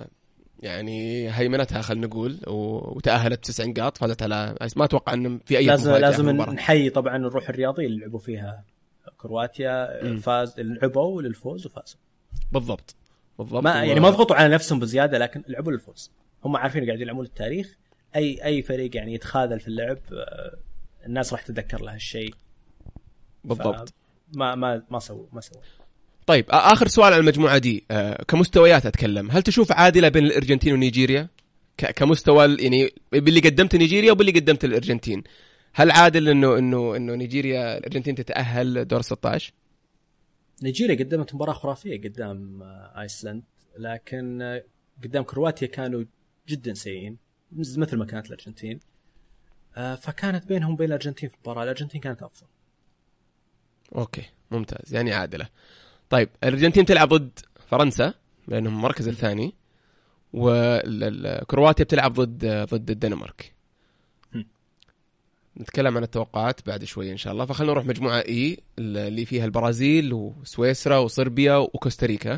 يعني هيمنتها خلينا نقول وتاهلت بتسع نقاط، فازت على ما اتوقع ان في اي لازم لازم نحيي طبعا الروح الرياضيه اللي لعبوا فيها كرواتيا. م. فاز لعبوا للفوز وفازوا بالضبط بالضبط. ما يعني ما ضغطوا على نفسهم بزياده لكن لعبوا للفوز. هم عارفين قاعدين يلعبون للتاريخ. اي اي فريق يعني يتخاذل في اللعب الناس راح تتذكر له هالشيء بالضبط. ما ما ما سووا ما سووا. طيب اخر سؤال على المجموعه دي كمستويات اتكلم، هل تشوف عادله بين الارجنتين ونيجيريا كمستوى يعني باللي قدمت نيجيريا وباللي قدمت الارجنتين؟ هل عادل انه انه انه نيجيريا الارجنتين تتاهل دور ستة عشر؟ نيجيريا قدمت مباراه خرافيه قدام ايسلند، لكن قدام كرواتيا كانوا جدا سيئين مثل ما كانت الارجنتين. فكانت بينهم بين الارجنتين في المباراه، الارجنتين كانت افضل. اوكي ممتاز يعني عادله. طيب الارجنتين تلعب ضد فرنسا لانهم المركز الثاني، وكرواتيا بتلعب ضد ضد الدنمارك. نتكلم عن التوقعات بعد شوي ان شاء الله. فخلنا نروح مجموعه اي اللي فيها البرازيل وسويسرا وصربيا وكوستاريكا.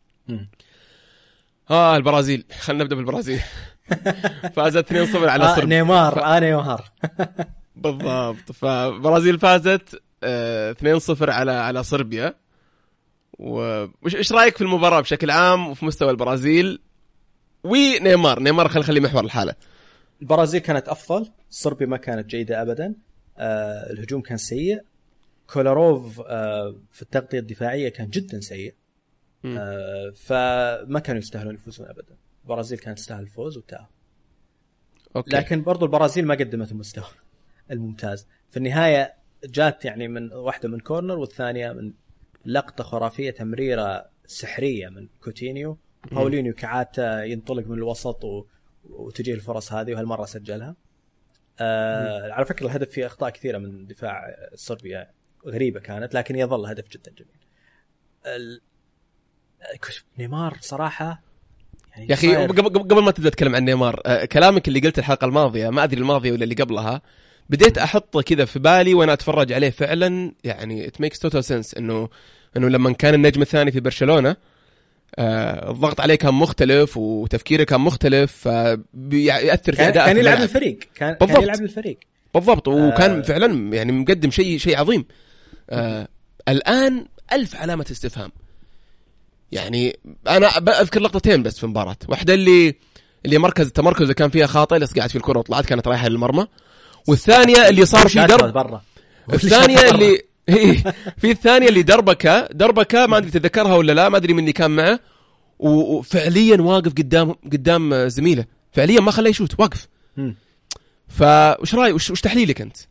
اه البرازيل، خلينا نبدا بالبرازيل. فازت اثنين صفر على آه صربيا. نيمار ف... آه نيمار بالضبط. فبرازيل فازت آه اثنين صفر على على صربيا. وش ايش رايك في المباراه بشكل عام وفي مستوى البرازيل ونيمار؟ نيمار خلي خلي محور الحاله. البرازيل كانت افضل، صربيا ما كانت جيده ابدا. آه الهجوم كان سيء. كولاروف آه في التغطيه الدفاعيه كان جدا سيء. آه فما كانوا يستاهلون يفوزون ابدا. البرازيل كانت تستاهل الفوز وتأهل. أوكي. لكن برضو البرازيل ما قدمت المستوى الممتاز في النهايه. جات يعني من واحده من كورنر والثانيه من لقطه خرافيه، تمريره سحريه من كوتينيو. باولينيو كعادة ينطلق من الوسط و... وتجي الفرص هذه وهالمره سجلها. آه على فكره الهدف فيه اخطاء كثيره من دفاع صربيا غريبه كانت، لكن يظل هدف جدا جميل. ال... نيمار صراحه يعني يا اخي قبل قبل ما تبدا تتكلم عن نيمار، آه كلامك اللي قلت الحلقه الماضيه ما ادري الماضيه ولا اللي قبلها، بديت احطه كذا في بالي وانا اتفرج عليه فعلا. يعني it makes total sense انه انه لما كان النجم الثاني في برشلونه آه الضغط عليه كان مختلف وتفكيره كان مختلف، فبيأثر في اداءه. كان يلعب الفريق كان, كان يلعب الفريق بالضبط. وكان آه فعلا يعني مقدم شيء شيء عظيم. آه الان ألف علامه استفهام. يعني انا اذكر لقطتين بس في المباراه، واحده اللي اللي مركز التمركز كان فيها خاطئ، بس قاعد في الكره وطلعت كانت رايحه للمرمى. والثانيه اللي صار في درب برا. الثانيه اللي في الثانيه اللي دربكه دربكه ما ادري تذكرها ولا لا، ما ادري من اللي كان معه، وفعليا واقف قدام قدام زميله، فعليا ما خلاه يشوت، واقف. فايش رايك وش وش تحليلك انت؟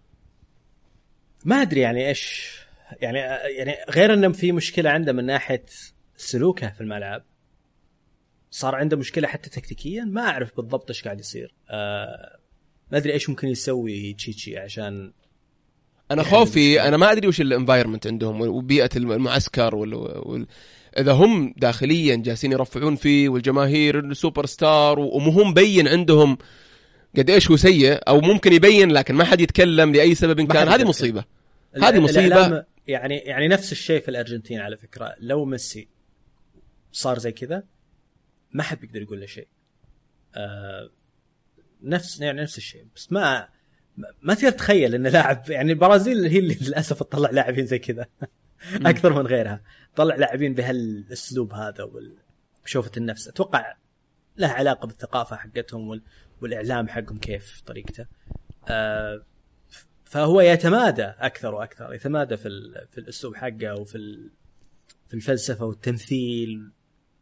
ما ادري يعني ايش يعني يعني غير انه في مشكله عنده من ناحيه سلوكه في الملعب، صار عنده مشكله حتى تكتيكيا. ما اعرف بالضبط ايش قاعد يصير. آه ما ادري ايش ممكن يسوي تشيتشي عشان انا خوفي انا ما ادري وش الانفايرمنت عندهم وبيئه المعسكر وال... وال... اذا هم داخليا جالسين يرفعون فيه والجماهير السوبر ستار ومهم بين عندهم قد ايش هو سيء، او ممكن يبين لكن ما حد يتكلم لاي سبب كان. هذه مصيبه، هذه مصيبه. يعني يعني نفس الشيء في الارجنتين على فكره. لو ميسي صار زي كذا ما حد بيقدر يقول له شيء. آه نفس يعني نفس الشيء، بس ما ما تقدر تتخيل ان لاعب يعني البرازيل هي اللي للاسف تطلع لاعبين زي كذا اكثر من غيرها، طلع لاعبين بهالاسلوب هذا وشوفة النفس. اتوقع له علاقه بالثقافه حقتهم والاعلام حقهم كيف طريقته. آه فهو يتمادى اكثر واكثر، يتمادى في في الاسلوب حقه وفي في الفلسفه والتمثيل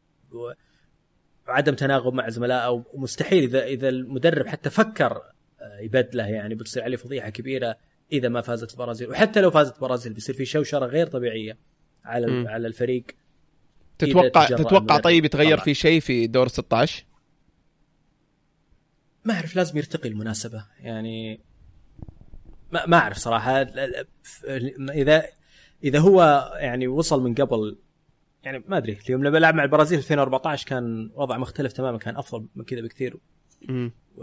وعدم تناغم مع زملائه، ومستحيل اذا اذا المدرب حتى فكر يبدله يعني بتصير عليه فضيحه كبيره اذا ما فازت البرازيل. وحتى لو فازت البرازيل بيصير في شوشره غير طبيعيه على م. على الفريق. تتوقع تتوقع طيب يتغير طبعا في شيء في دور ستة عشر؟ ما اعرف، لازم يرتقي المناسبه يعني. ما ما اعرف صراحه. اذا اذا هو يعني وصل من قبل يعني ما ادري، اليوم لما لعب مع البرازيل ألفين وأربعة عشر كان وضع مختلف تماما، كان افضل من كذا بكثير. امم و...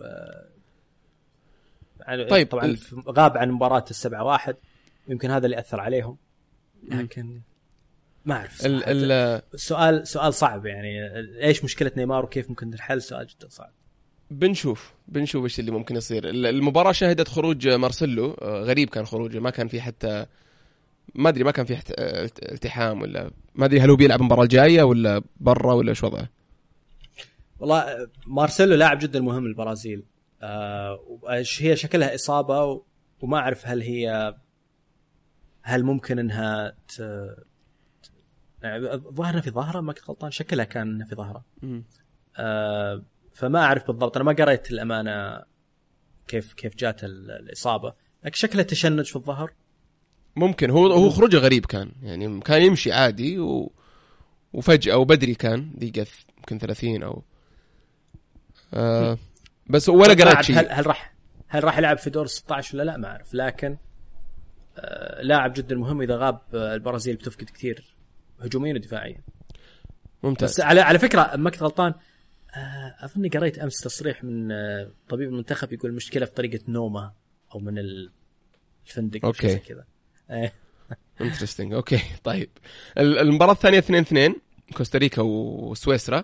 يعني طيب طبعا ال... غاب عن مباراه السبعة واحد، يمكن هذا اللي اثر عليهم، لكن ما اعرف ال... ال... السؤال سؤال صعب يعني. ايش مشكله نيمار وكيف ممكن الحل؟ سؤال جدا صعب. بنشوف بنشوف ايش اللي ممكن يصير. المباراه شهدت خروج مارسيلو، غريب كان خروجه، ما كان في حتى ما ادري ما كان في التحام ولا ما ادري هل هو بيلعب المباراه الجايه ولا برا ولا ايش وضعه. والله مارسيلو لاعب جدا مهم للبرازيل. آه هي شكلها اصابه وما اعرف هل هي هل ممكن انها ت... يعني ظهرنا في ظهره، ما كنت غلطان شكلها كان في ظهره. آه فما اعرف بالضبط، انا ما قريت الامانه كيف كيف جات الاصابه، لكن شكلها تشنج في الظهر. ممكن هو هو خروجه غريب كان يعني، كان يمشي عادي و... وفجأة وبدري كان دقيقة يمكن ثلاثين أو آه بس ولا قرأت شيء. هل, هل راح هل راح يلعب في دور ستة عشر ولا لا ما أعرف، لكن آه لاعب جدا مهم. إذا غاب البرازيل بتفقد كثير هجوميا ودفاعيا. ممتاز. بس على على فكرة ما كنت غلطان، آه أظني قريت أمس تصريح من آه طبيب المنتخب يقول المشكلة في طريقة نومه أو من الفندق. أوكي كذا. انترستينج. اوكي طيب المباراة الثانية اثنين اثنين كوستاريكا وسويسرا.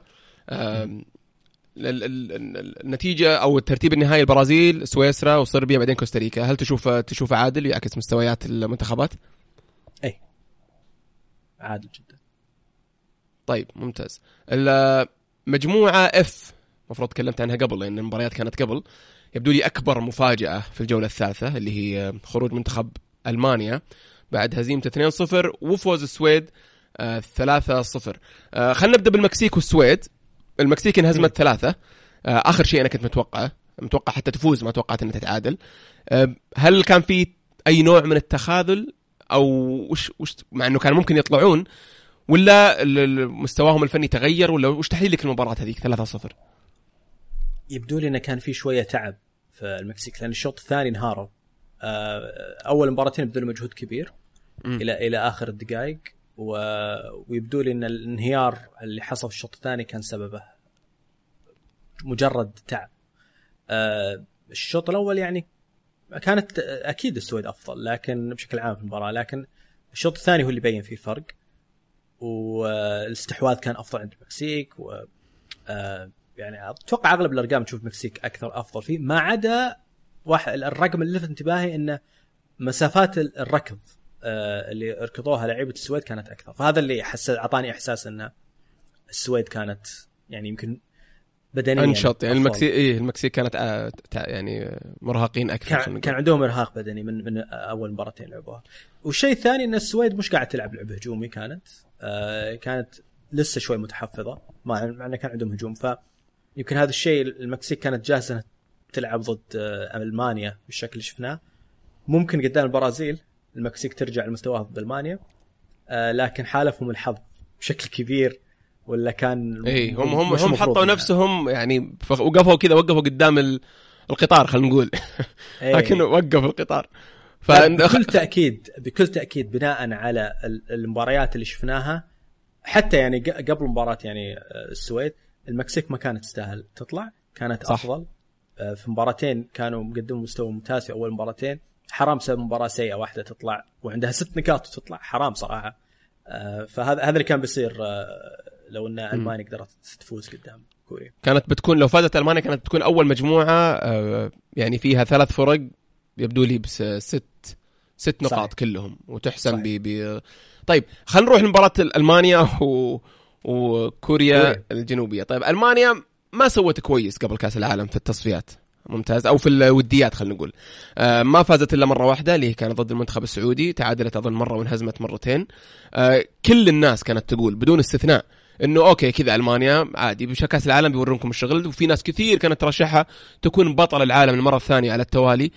النتيجة او الترتيب النهائي البرازيل سويسرا وصربيا بعدين كوستاريكا. هل تشوف تشوف عادل يعكس مستويات المنتخبات؟ اي عادل جدا. طيب ممتاز. المجموعة اف مفروض تكلمت عنها قبل لان المباريات كانت قبل. يبدو لي اكبر مفاجأة في الجولة الثالثة اللي هي خروج منتخب ألمانيا بعد هزيمة اثنين صفر وفوز السويد آه ثلاثة صفر. آه خلينا نبدأ بالمكسيك والسويد. المكسيك انهزمت ثلاثة. آه آخر شيء أنا كنت متوقعه متوقع حتى تفوز، ما توقعت أنها تتعادل. آه هل كان في أي نوع من التخاذل أو وش وش مع أنه كان ممكن يطلعون، ولا مستواهم الفني تغير، ولا وش تحليلك المباراة هذيك ثلاثة صفر؟ يبدو لي أنه كان في شوية تعب في المكسيك لأن الشوط الثاني انهاروا. أول مباراتين بدون مجهود كبير م. إلى إلى آخر الدقائق، و... ويبدو لي أن الانهيار اللي حصل في الشوط الثاني كان سببه مجرد تعب. الشوط الأول يعني كانت أكيد السويد أفضل لكن بشكل عام في المباراة، لكن الشوط الثاني هو اللي بين فيه الفرق، والاستحواذ كان أفضل عند المكسيك. و يعني أتوقع أغلب الأرقام تشوف المكسيك أكثر أفضل فيه، ما عدا واحد الرقم اللي لفت انتباهي إنه مسافات الركض اللي ركضوها لاعيبة السويد كانت أكثر، فهذا اللي حس عطاني إحساس إن السويد كانت يعني يمكن بدنيا أنشط. يعني المكسيك إيه المكسيك كانت آه يعني مرهقين أكثر. كان, كان عندهم إرهاق بدني من من أول مباراتين لعبوها. والشيء الثاني إن السويد مش قاعد تلعب لعب هجومي، كانت آه كانت لسه شوي متحفظة مع أنه كان عندهم هجوم، فيمكن هذا الشيء المكسيك كانت جاهزة تلعب ضد آه ألمانيا بالشكل اللي شفناه. ممكن قدام البرازيل المكسيك ترجع لمستواها ضد ألمانيا، آه لكن حالفهم الحظ بشكل كبير، ولا كان اي هم هم هم حطوا نفسهم يعني وقفوا كذا، وقفوا قدام القطار خلينا نقول لكن وقفوا القطار. فبكل تأكيد بكل تأكيد بناء على المباريات اللي شفناها حتى يعني قبل مباراة يعني السويد، المكسيك ما كانت تستاهل تطلع، كانت صح. أفضل في مباراتين كانوا مقدموا مستوى ممتاز في أول مباراتين، حرام سبب مباراة سيئة واحدة تطلع وعندها ست نقاط وتطلع، حرام صراحة. فهذا هذا اللي كان بيصير لو ان المانيا قدرت تفوز قدام كوريا. كانت بتكون لو فازت ألمانيا كانت بتكون أول مجموعة يعني فيها ثلاث فرق يبدو لي بس ست ست نقاط صحيح. كلهم وتحسم ب ب طيب خلينا نروح لمباراة ألمانيا و... وكوريا كوريا. الجنوبية. طيب ألمانيا ما سوت كويس قبل كأس العالم في التصفيات، ممتاز، أو في الوديات خلينا نقول. آه ما فازت إلا مرة واحدة اللي كانت ضد المنتخب السعودي، تعادلت أظن مرة وانهزمت مرتين. آه كل الناس كانت تقول بدون استثناء إنه أوكي كذا ألمانيا عادي بشكل كأس العالم بيورونكم الشغل، وفي ناس كثير كانت ترشحها تكون بطل العالم المرة الثانية على التوالي.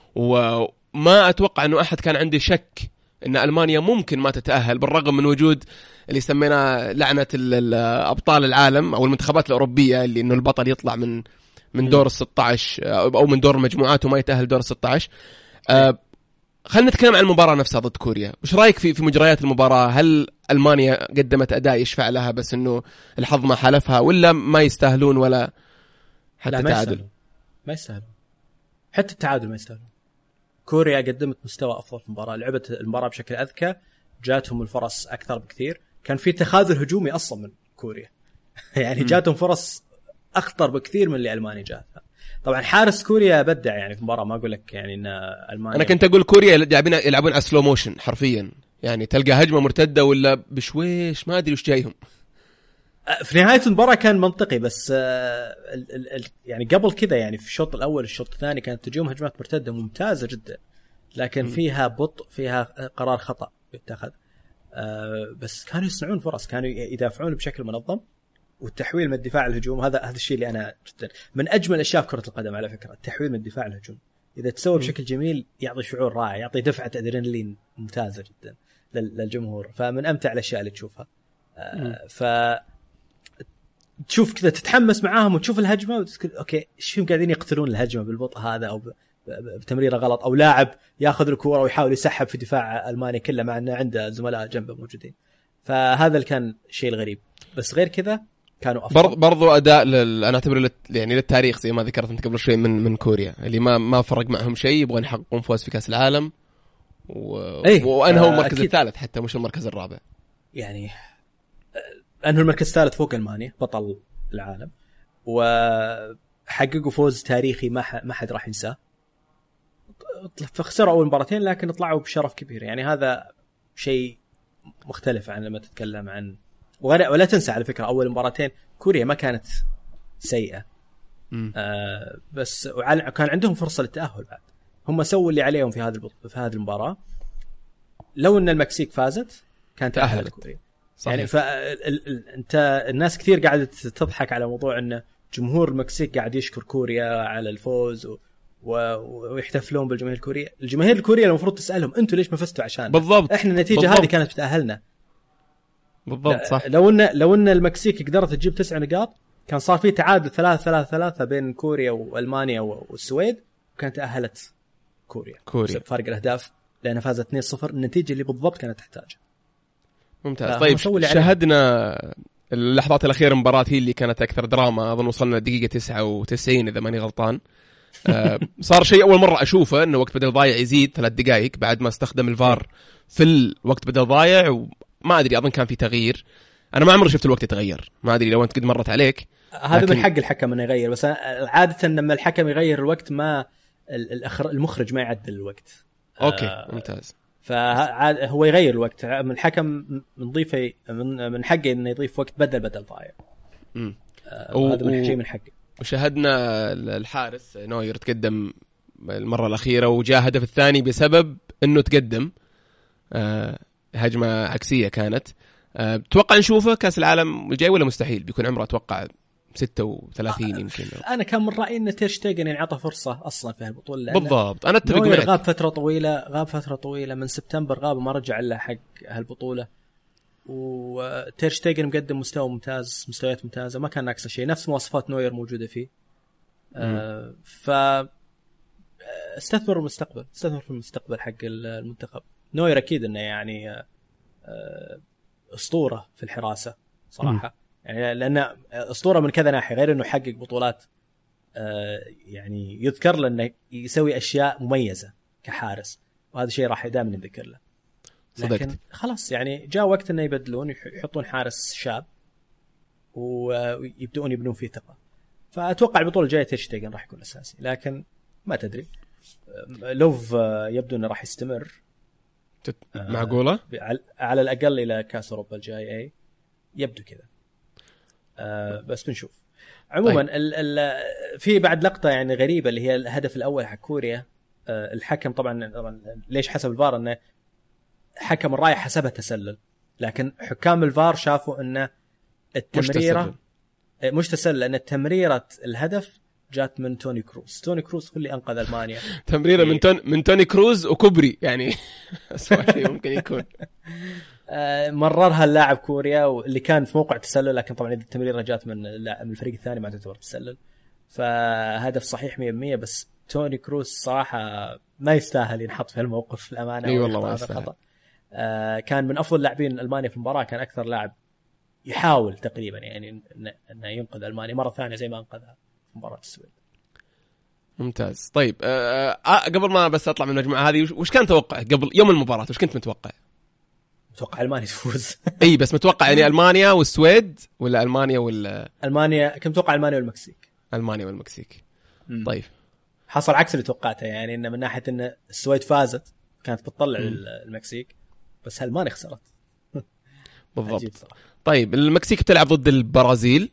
وما أتوقع إنه أحد كان عنده شك إن ألمانيا ممكن ما تتأهل بالرغم من وجود اللي سمينا لعنة أبطال العالم أو المنتخبات الأوروبية، اللي إنه البطل يطلع من من دور الستة عشر أو من دور المجموعات وما يتأهل دور الستة عشر. أه خلينا نتكلم عن المباراة نفسها ضد كوريا. وش رأيك في في مجريات المباراة؟ هل ألمانيا قدمت أداء يشفع لها بس إنه الحظ ما حالفها، ولا ما يستاهلون ولا حتى لا تعادل؟ ما, ما يستاهلون، حتى التعادل ما يستاهلون. كوريا قدمت مستوى أفضل في المباراة، لعبت المباراة بشكل أذكى، جاتهم الفرص أكثر بكثير، كان في تخاذل هجومي أصلا من كوريا يعني جاتهم فرص أخطر بكثير من اللي ألمانيا جاتها. طبعا حارس كوريا بدع يعني في المباراة، ما أقول لك يعني إن ألمانيا، أنا كنت أقول كوريا لاعبين يلعبون على سلو موشن حرفيا، يعني تلقى هجمة مرتدة ولا بشويش ما أدري وش جايهم. في نهاية المباراة كان منطقي، بس ال ال ال يعني قبل كذا يعني في الشوط الأول الشوط الثاني كانت تجيهم هجمات مرتدة ممتازة جدا، لكن فيها بطء، فيها قرار خطأ يتخذ. بس كانوا يصنعون فرص، كانوا يدافعون بشكل منظم، والتحويل من الدفاع للهجوم هذا هذا الشيء اللي أنا جدا من أجمل أشياء في كرة القدم على فكرة، التحويل من الدفاع للهجوم إذا تسوي بشكل جميل يعطي شعور رائع، يعطي دفعة أدرينالين ممتازة جدا للجمهور، فمن أمتع الأشياء اللي تشوفها. ف تشوف كذا تتحمس معاهم وتشوف الهجمة وتقول أوكي إيش فيهم قاعدين يقتلون الهجمة بالبطء هذا، أو بتمريرة غلط، أو لاعب يأخذ الكرة ويحاول يسحب في دفاع ألمانيا كله مع أنه عنده زملاء جنبه موجودين. فهذا اللي كان شيء الغريب، بس غير كذا كانوا أفضل. برضو, برضو أداء لل... أنا أعتبر لت... يعني للتاريخ زي ما ذكرت أنت قبل شوي من من كوريا اللي ما ما فرق معهم شيء، يبغون يحققون فوز في كأس العالم و... أيه. وأنهوا المركز الثالث حتى مش المركز الرابع، يعني أنهوا المركز الثالث فوق ألمانيا بطل العالم، وحققوا فوز تاريخي ما ح... ما حد راح ينساه. فخسروا أول مباراتين لكن طلعوا بشرف كبير، يعني هذا شيء مختلف عن لما تتكلم عن ولا, ولا تنسى على فكرة أول مباراتين كوريا ما كانت سيئة. آه بس كان عندهم فرصة للتأهل بعد، هم سووا اللي عليهم في هذه في هذه المباراة. لو أن المكسيك فازت كانت تأهلت كوريا صحيح. يعني فأنت الناس كثير قاعدة تضحك على موضوع أن جمهور المكسيك قاعد يشكر كوريا على الفوز و... ويحتفلون بالجماهير الكورية. الجماهير الكورية المفروض تسألهم أنتوا ليش ما فزتوا عشان بالضبط. إحنا النتيجة هذه كانت بتأهلنا بالضبط صح. لو ان لو ان المكسيك قدرت تجيب تسع نقاط كان صار في تعادل ثلاثة ثلاثة ثلاثة بين كوريا وألمانيا والسويد، وكانت تأهلت كوريا كوريا فرق الأهداف لأنها فازت اثنين صفر، النتيجة اللي بالضبط كانت تحتاجها. ممتاز. طيب شاهدنا اللحظات الأخيرة مباراة هي اللي كانت أكثر دراما، أظن وصلنا دقيقة تسعة وتسعين إذا ماني غلطان. آه صار شيء أول مرة أشوفه إنه وقت بدل ضايع يزيد ثلاث دقائق بعد ما استخدم الفار في الوقت بدل ضايع، وما أدري أظن كان في تغيير. أنا ما عمري شفت الوقت يتغير، ما أدري لو أنت قد مرت عليك. هذا لكن... من حق الحكم إنه يغير، بس عادة لما الحكم يغير الوقت ما المخرج ما يعدل الوقت. أوكي آه ممتاز. فهو يغير الوقت، من الحكم نضيفه من من حقه إنه يضيف وقت بدل بدل ضايع. امم آه وهذا من شيء من حقه. وشاهدنا الحارس نوير تقدم المرة الأخيرة وجاء هدف الثاني بسبب إنه تقدم. آه هجمة عكسية كانت. أه توقع نشوفه كأس العالم الجاي ولا مستحيل؟ بيكون عمره أتوقع ستة وثلاثين يمكن. أنا كان من رأيي إن تير شتيجن يعني عطى فرصة أصلا في هالبطولة. بالضبط أنا أتفق معك. غاب فترة طويلة غاب فترة طويلة من سبتمبر غاب وما رجع إلا حق هالبطولة، وتير شتيجن مقدم مستوى ممتاز، مستويات ممتازة، ما كان ناقصه شيء، نفس مواصفات نوير موجودة فيه. أه ف استثمر المستقبل استثمر في المستقبل حق المنتخب. نوير أكيد إنه يعني أه أسطورة في الحراسة صراحة. م. يعني لأن أسطورة من كذا ناحية، غير إنه يحقق بطولات آه يعني يذكر له إنه يسوي أشياء مميزة كحارس، وهذا شيء راح دائما يذكر له. لكن صدقت. خلاص يعني جاء وقت إنه يبدلون، يحطون حارس شاب ويبدؤون يبنون فيه ثقة. فأتوقع البطولة الجاية تشتيغن راح يكون أساسي، لكن ما تدري. لوف يبدو أنه راح يستمر معقولة على الأقل إلى كأس أوروبا الجاي، أي يبدو كذا. بس بنشوف. عموما طيب. ال ال في بعد لقطة يعني غريبة اللي هي الهدف الأول حق كوريا. الحكم طبعا, طبعا ليش حسب الفار أنه حكم الراية حسبها تسلل، لكن حكام الفار شافوا أنه التمريرة مش تسلل, مش تسلل لأن التمريرة الهدف جات من توني كروز. توني كروز هو اللي أنقذ ألمانيا. تمريرة من تون من توني كروز وكوبري يعني أسوأ شيء ممكن يكون. مررها اللاعب كوريا واللي كان في موقع تسلل، لكن طبعا إذا التمريرة جات من الفريق الثاني ما تعتبر تسلل، فهدف صحيح مية بالمية. بس توني كروز صراحة ما يستاهل ينحط في الموقف الأمانة. أي والله ما يستاهل. آه كان من أفضل لاعبين ألمانيا في المباراة، كان أكثر لاعب يحاول تقريبا يعني أنه ينقذ ألمانيا مرة ثانية زي ما أنقذها في مباراة السويد. ممتاز. طيب آه آه قبل ما بس أطلع من المجموعة هذه، وش كان توقع قبل يوم المباراة؟ وش كنت متوقع؟ متوقع ألمانيا تفوز. أي بس متوقع يعني ألمانيا والسويد ولا ألمانيا ولا ألمانيا؟ كنت متوقع ألمانيا والمكسيك. ألمانيا والمكسيك. م. طيب حصل عكس اللي توقعته، يعني إن من ناحية إن السويد فازت كانت بتطلع المكسيك، بس ألمانيا خسرت. بالضبط. طيب المكسيك بتلعب ضد البرازيل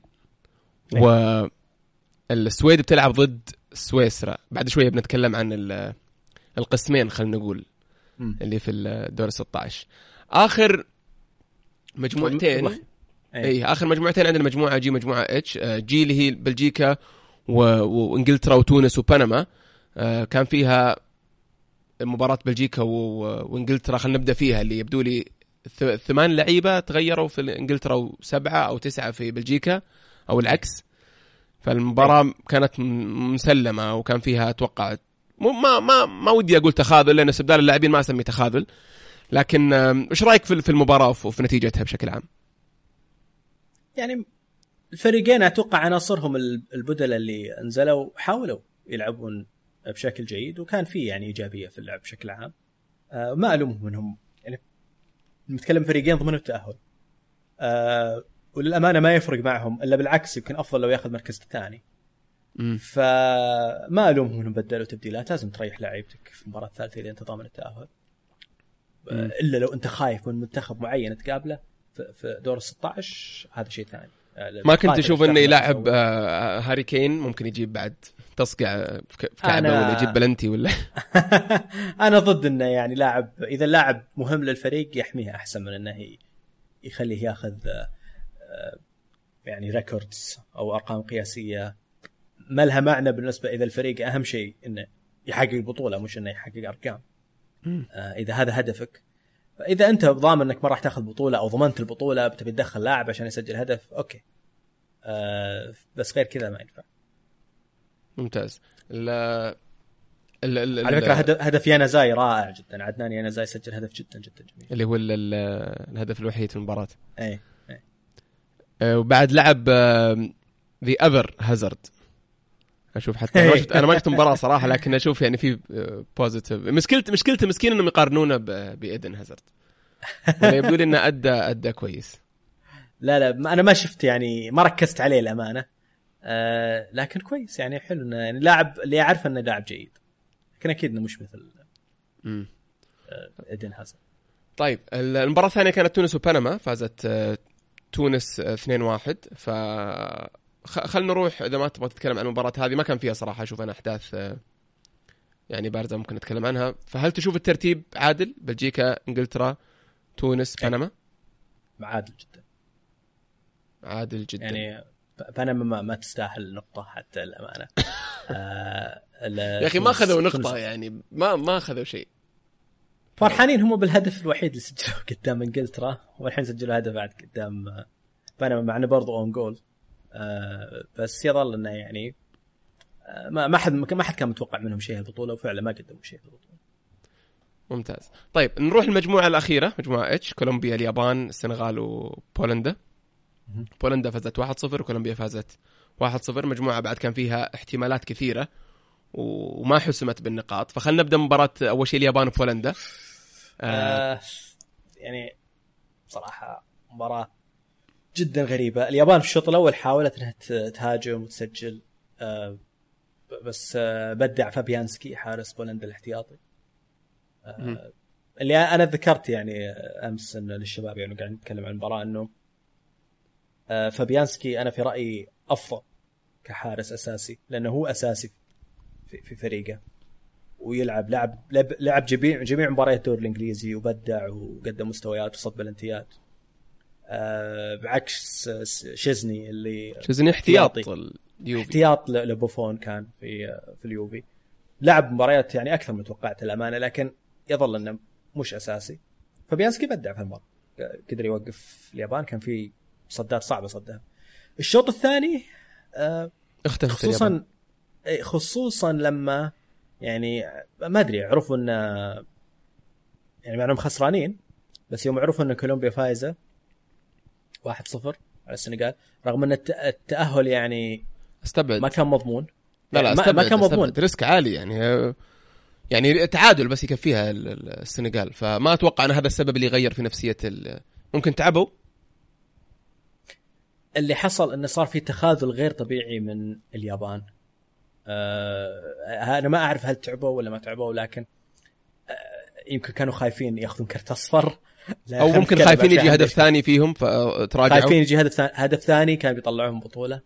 والسويد بتلعب ضد سويسرا. بعد شوية بنتكلم عن القسمين خلينا نقول م. اللي في الدور ستة عشر. آخر مجموعتين أي. أي آخر مجموعتين عندنا مجموعة جي مجموعة اتش. جي اللي هي بلجيكا وإنجلترا وتونس وبنما. كان فيها مباراة بلجيكا وإنجلترا، خلينا نبدأ فيها، اللي يبدو لي ثمان لعيبة تغيروا في إنجلترا وسبعة أو تسعة في بلجيكا أو العكس. فالمباراة أي. كانت مسلمة وكان فيها أتوقع ما ما ما ودي أقول تخاذل لأن استبدال اللاعبين ما أسمي تخاذل، لكن إيش رأيك في المباراة وفي نتيجتها بشكل عام؟ يعني الفريقين أتوقع عناصرهم البدل اللي انزلوا حاولوا يلعبون بشكل جيد، وكان فيه يعني إيجابية في اللعب بشكل عام. أه ما ألومهم منهم، يعني نتكلم فريقين ضمن التأهل. أه وللأمانة ما يفرق معهم، إلا بالعكس يمكن أفضل لو يأخذ مركز الثاني. فما ألومهم منهم بدلوا تبديلات. لازم تريح لاعيبتك في المباراة الثالثة إذا أنت ضامن التأهل، مم. إلا لو أنت خايف من منتخب معين تقابله في دور ستة عشر، هذا شيء ثاني. ما كنت تشوف إنه يلعب آه هاري كين ممكن يجيب بعد تصقع في كعبة ولا يجيب بلنتي ولا أنا ضد إنه يعني لاعب إذا لاعب مهم للفريق يحميها أحسن من إنه يخليه يأخذ آه يعني ريكوردز أو أرقام قياسية ما لها معنى بالنسبة. إذا الفريق أهم شيء إنه يحقق البطولة مش إنه يحقق أرقام. آه إذا هذا هدفك، فإذا أنت ضامن إنك ما راح تأخذ بطولة أو ضمنت البطولة بتبي تدخل لاعب عشان يسجل هدف، أوكي. آه بس غير كذا ما ينفع. ممتاز. لا ال ال على فكرة هدف, هدف يانازاي رائع جدا. عدنان يانازاي سجل هدف جدا جدا جميل، اللي هو الهدف الوحيد في المباراة. أي أي. آه وبعد لعب ذي أذر هازارد. أشوف حتى أنا ما شفت أنا ما شفت مباراة صراحة، لكن أشوف يعني في بوزيتيف. مشكلته مشكلته مسكين إنهم يقارنونه بإيدن هازارد، ولا يبدو لي إنه أدى أدى كويس. لا لا أنا ما شفت يعني ما ركزت عليه الأمانة. آه لكن كويس يعني حلو إنه يعني لاعب اللي أعرف إنه لاعب جيد، لكن أكيد إنه مش مثل آه إيدن هازارد. طيب المباراة الثانية كانت تونس وبنما. فازت آه تونس اثنين واحد. ف خلنا نروح إذا ما تبغى تتكلم عن المباراة هذه، ما كان فيها صراحة أشوف أنا أحداث يعني بارزة ممكن نتكلم عنها. فهل تشوف الترتيب عادل؟ بلجيكا إنجلترا تونس بنما عادل جدا، عادل جدا. يعني بنما ما, ما تستاهل نقطة حتى الأمانة. آه يا أخي ما أخذوا نقطة، يعني ما ما أخذوا شيء. فرحانين هم بالهدف الوحيد اللي سجلوه قدام إنجلترا، والحين سجلوا هدف بعد قدام بنما معنا برضو أون جول. آه بس يظل انه يعني آه ما ما حد ما حد كان متوقع منهم شيء البطوله، وفعلا ما قدموا شيء في البطوله. ممتاز. طيب نروح المجموعه الاخيره، مجموعه اتش. كولومبيا اليابان السنغال وبولندا. بولندا فازت واحد صفر وكولومبيا فازت واحد صفر. مجموعه بعد كان فيها احتمالات كثيره وما حسمت بالنقاط. فخلنا نبدا مباراه اول شيء اليابان وبولندا. آه آه يعني صراحه مباراه جدا غريبة. اليابان في الشوط الأول حاولت أنها تهاجم وتسجل، بس بدع فابيانسكي حارس بولندا الاحتياطي. اللي أنا ذكرت يعني أمس إنه للشباب يعني قاعد نتكلم عن المباراة إنه فابيانسكي أنا في رأيي أفضل كحارس أساسي، لأنه هو أساسي في فريقه ويلعب لعب لعب جميع جميع مباريات الدوري الإنجليزي وبدع وقدم مستويات وصد بلنتيات. أه بعكس شيزني اللي شيزني احتياط احتياط لبوفون كان في في اليوفي، لعب مباريات يعني أكثر من توقعت الأمانة، لكن يظل إنه مش أساسي. فبيانسكي بدع في المباراة، قدر يوقف اليابان، كان في صدات صعبة صدها. الشوط الثاني أه خصوصا اليابان. خصوصا لما يعني ما أدري عرفوا إن يعني مع أنهم خسرانين، بس يوم عرفوا إن كولومبيا فايزة واحد صفر على السنغال، رغم أن التأهل يعني استبعد ما كان مضمون. لا لا ما, ما كان مضمون، ريسك عالي يعني يعني تعادل بس يكفيها السنغال، فما أتوقع أن هذا السبب اللي يغير في نفسية ممكن تعبوا. اللي حصل إنه صار في تخاذل غير طبيعي من اليابان. أه أنا ما أعرف هل تعبوا ولا ما تعبوا، لكن أه يمكن كانوا خايفين يأخذون كرت أصفر، أو ممكن خايفين يجي هدف ثاني فيهم فتراجعوا. خايفين يجي هدف ثاني هدف ثاني كان بيطلعهم بطولة.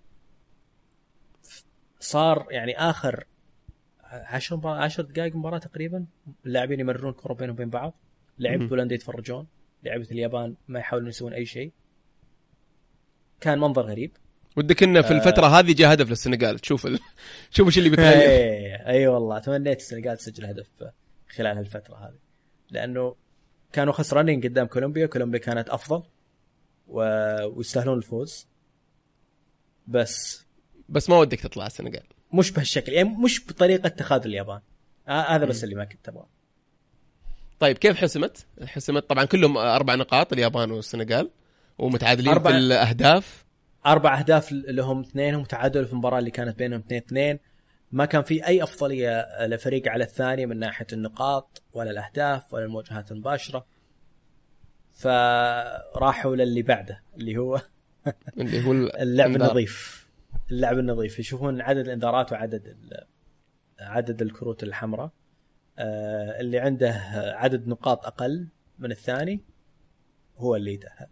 صار يعني آخر عشر مبار... عشر دقائق مباراة تقريبا اللاعبين يمررون كرة بينهم وبين بعض، لعيبة بولندا يتفرجون، لعيبة اليابان ما يحاولون يسوون أي شيء. كان منظر غريب. ودك إنه في الفترة آه هذه جاء هدف للسنغال، تشوف ال... شوف إيش اللي بيتغير. أي أي والله تمنيت السنغال تسجل هدف خلال هالفترة هذه، لأنه كانوا خسرانين قدام كولومبيا، كولومبيا كانت أفضل و... ويستاهلون الفوز، بس بس ما ودك تطلع السنغال مش بهالشكل، يعني مش بطريقة تخاذل اليابان. آه هذا بس م. اللي ما كنت أبغاه. طيب كيف حسمت؟ حسمت طبعا كلهم أربع نقاط اليابان والسنغال، ومتعادلين أربع... في الأهداف. أربع أهداف لهم اثنين، هم تعادلوا في المباراة اللي كانت بينهم اثنين اثنين. ما كان في أي أفضلية لفريق على الثاني من ناحية النقاط ولا الأهداف ولا المواجهات المباشرة، فراحوا للي بعده اللي هو اللي هو اللعب النظيف. اللعب النظيف يشوفون عدد الانذارات وعدد عدد الكروت الحمراء. آه اللي عنده عدد نقاط أقل من الثاني هو اللي يتأهل.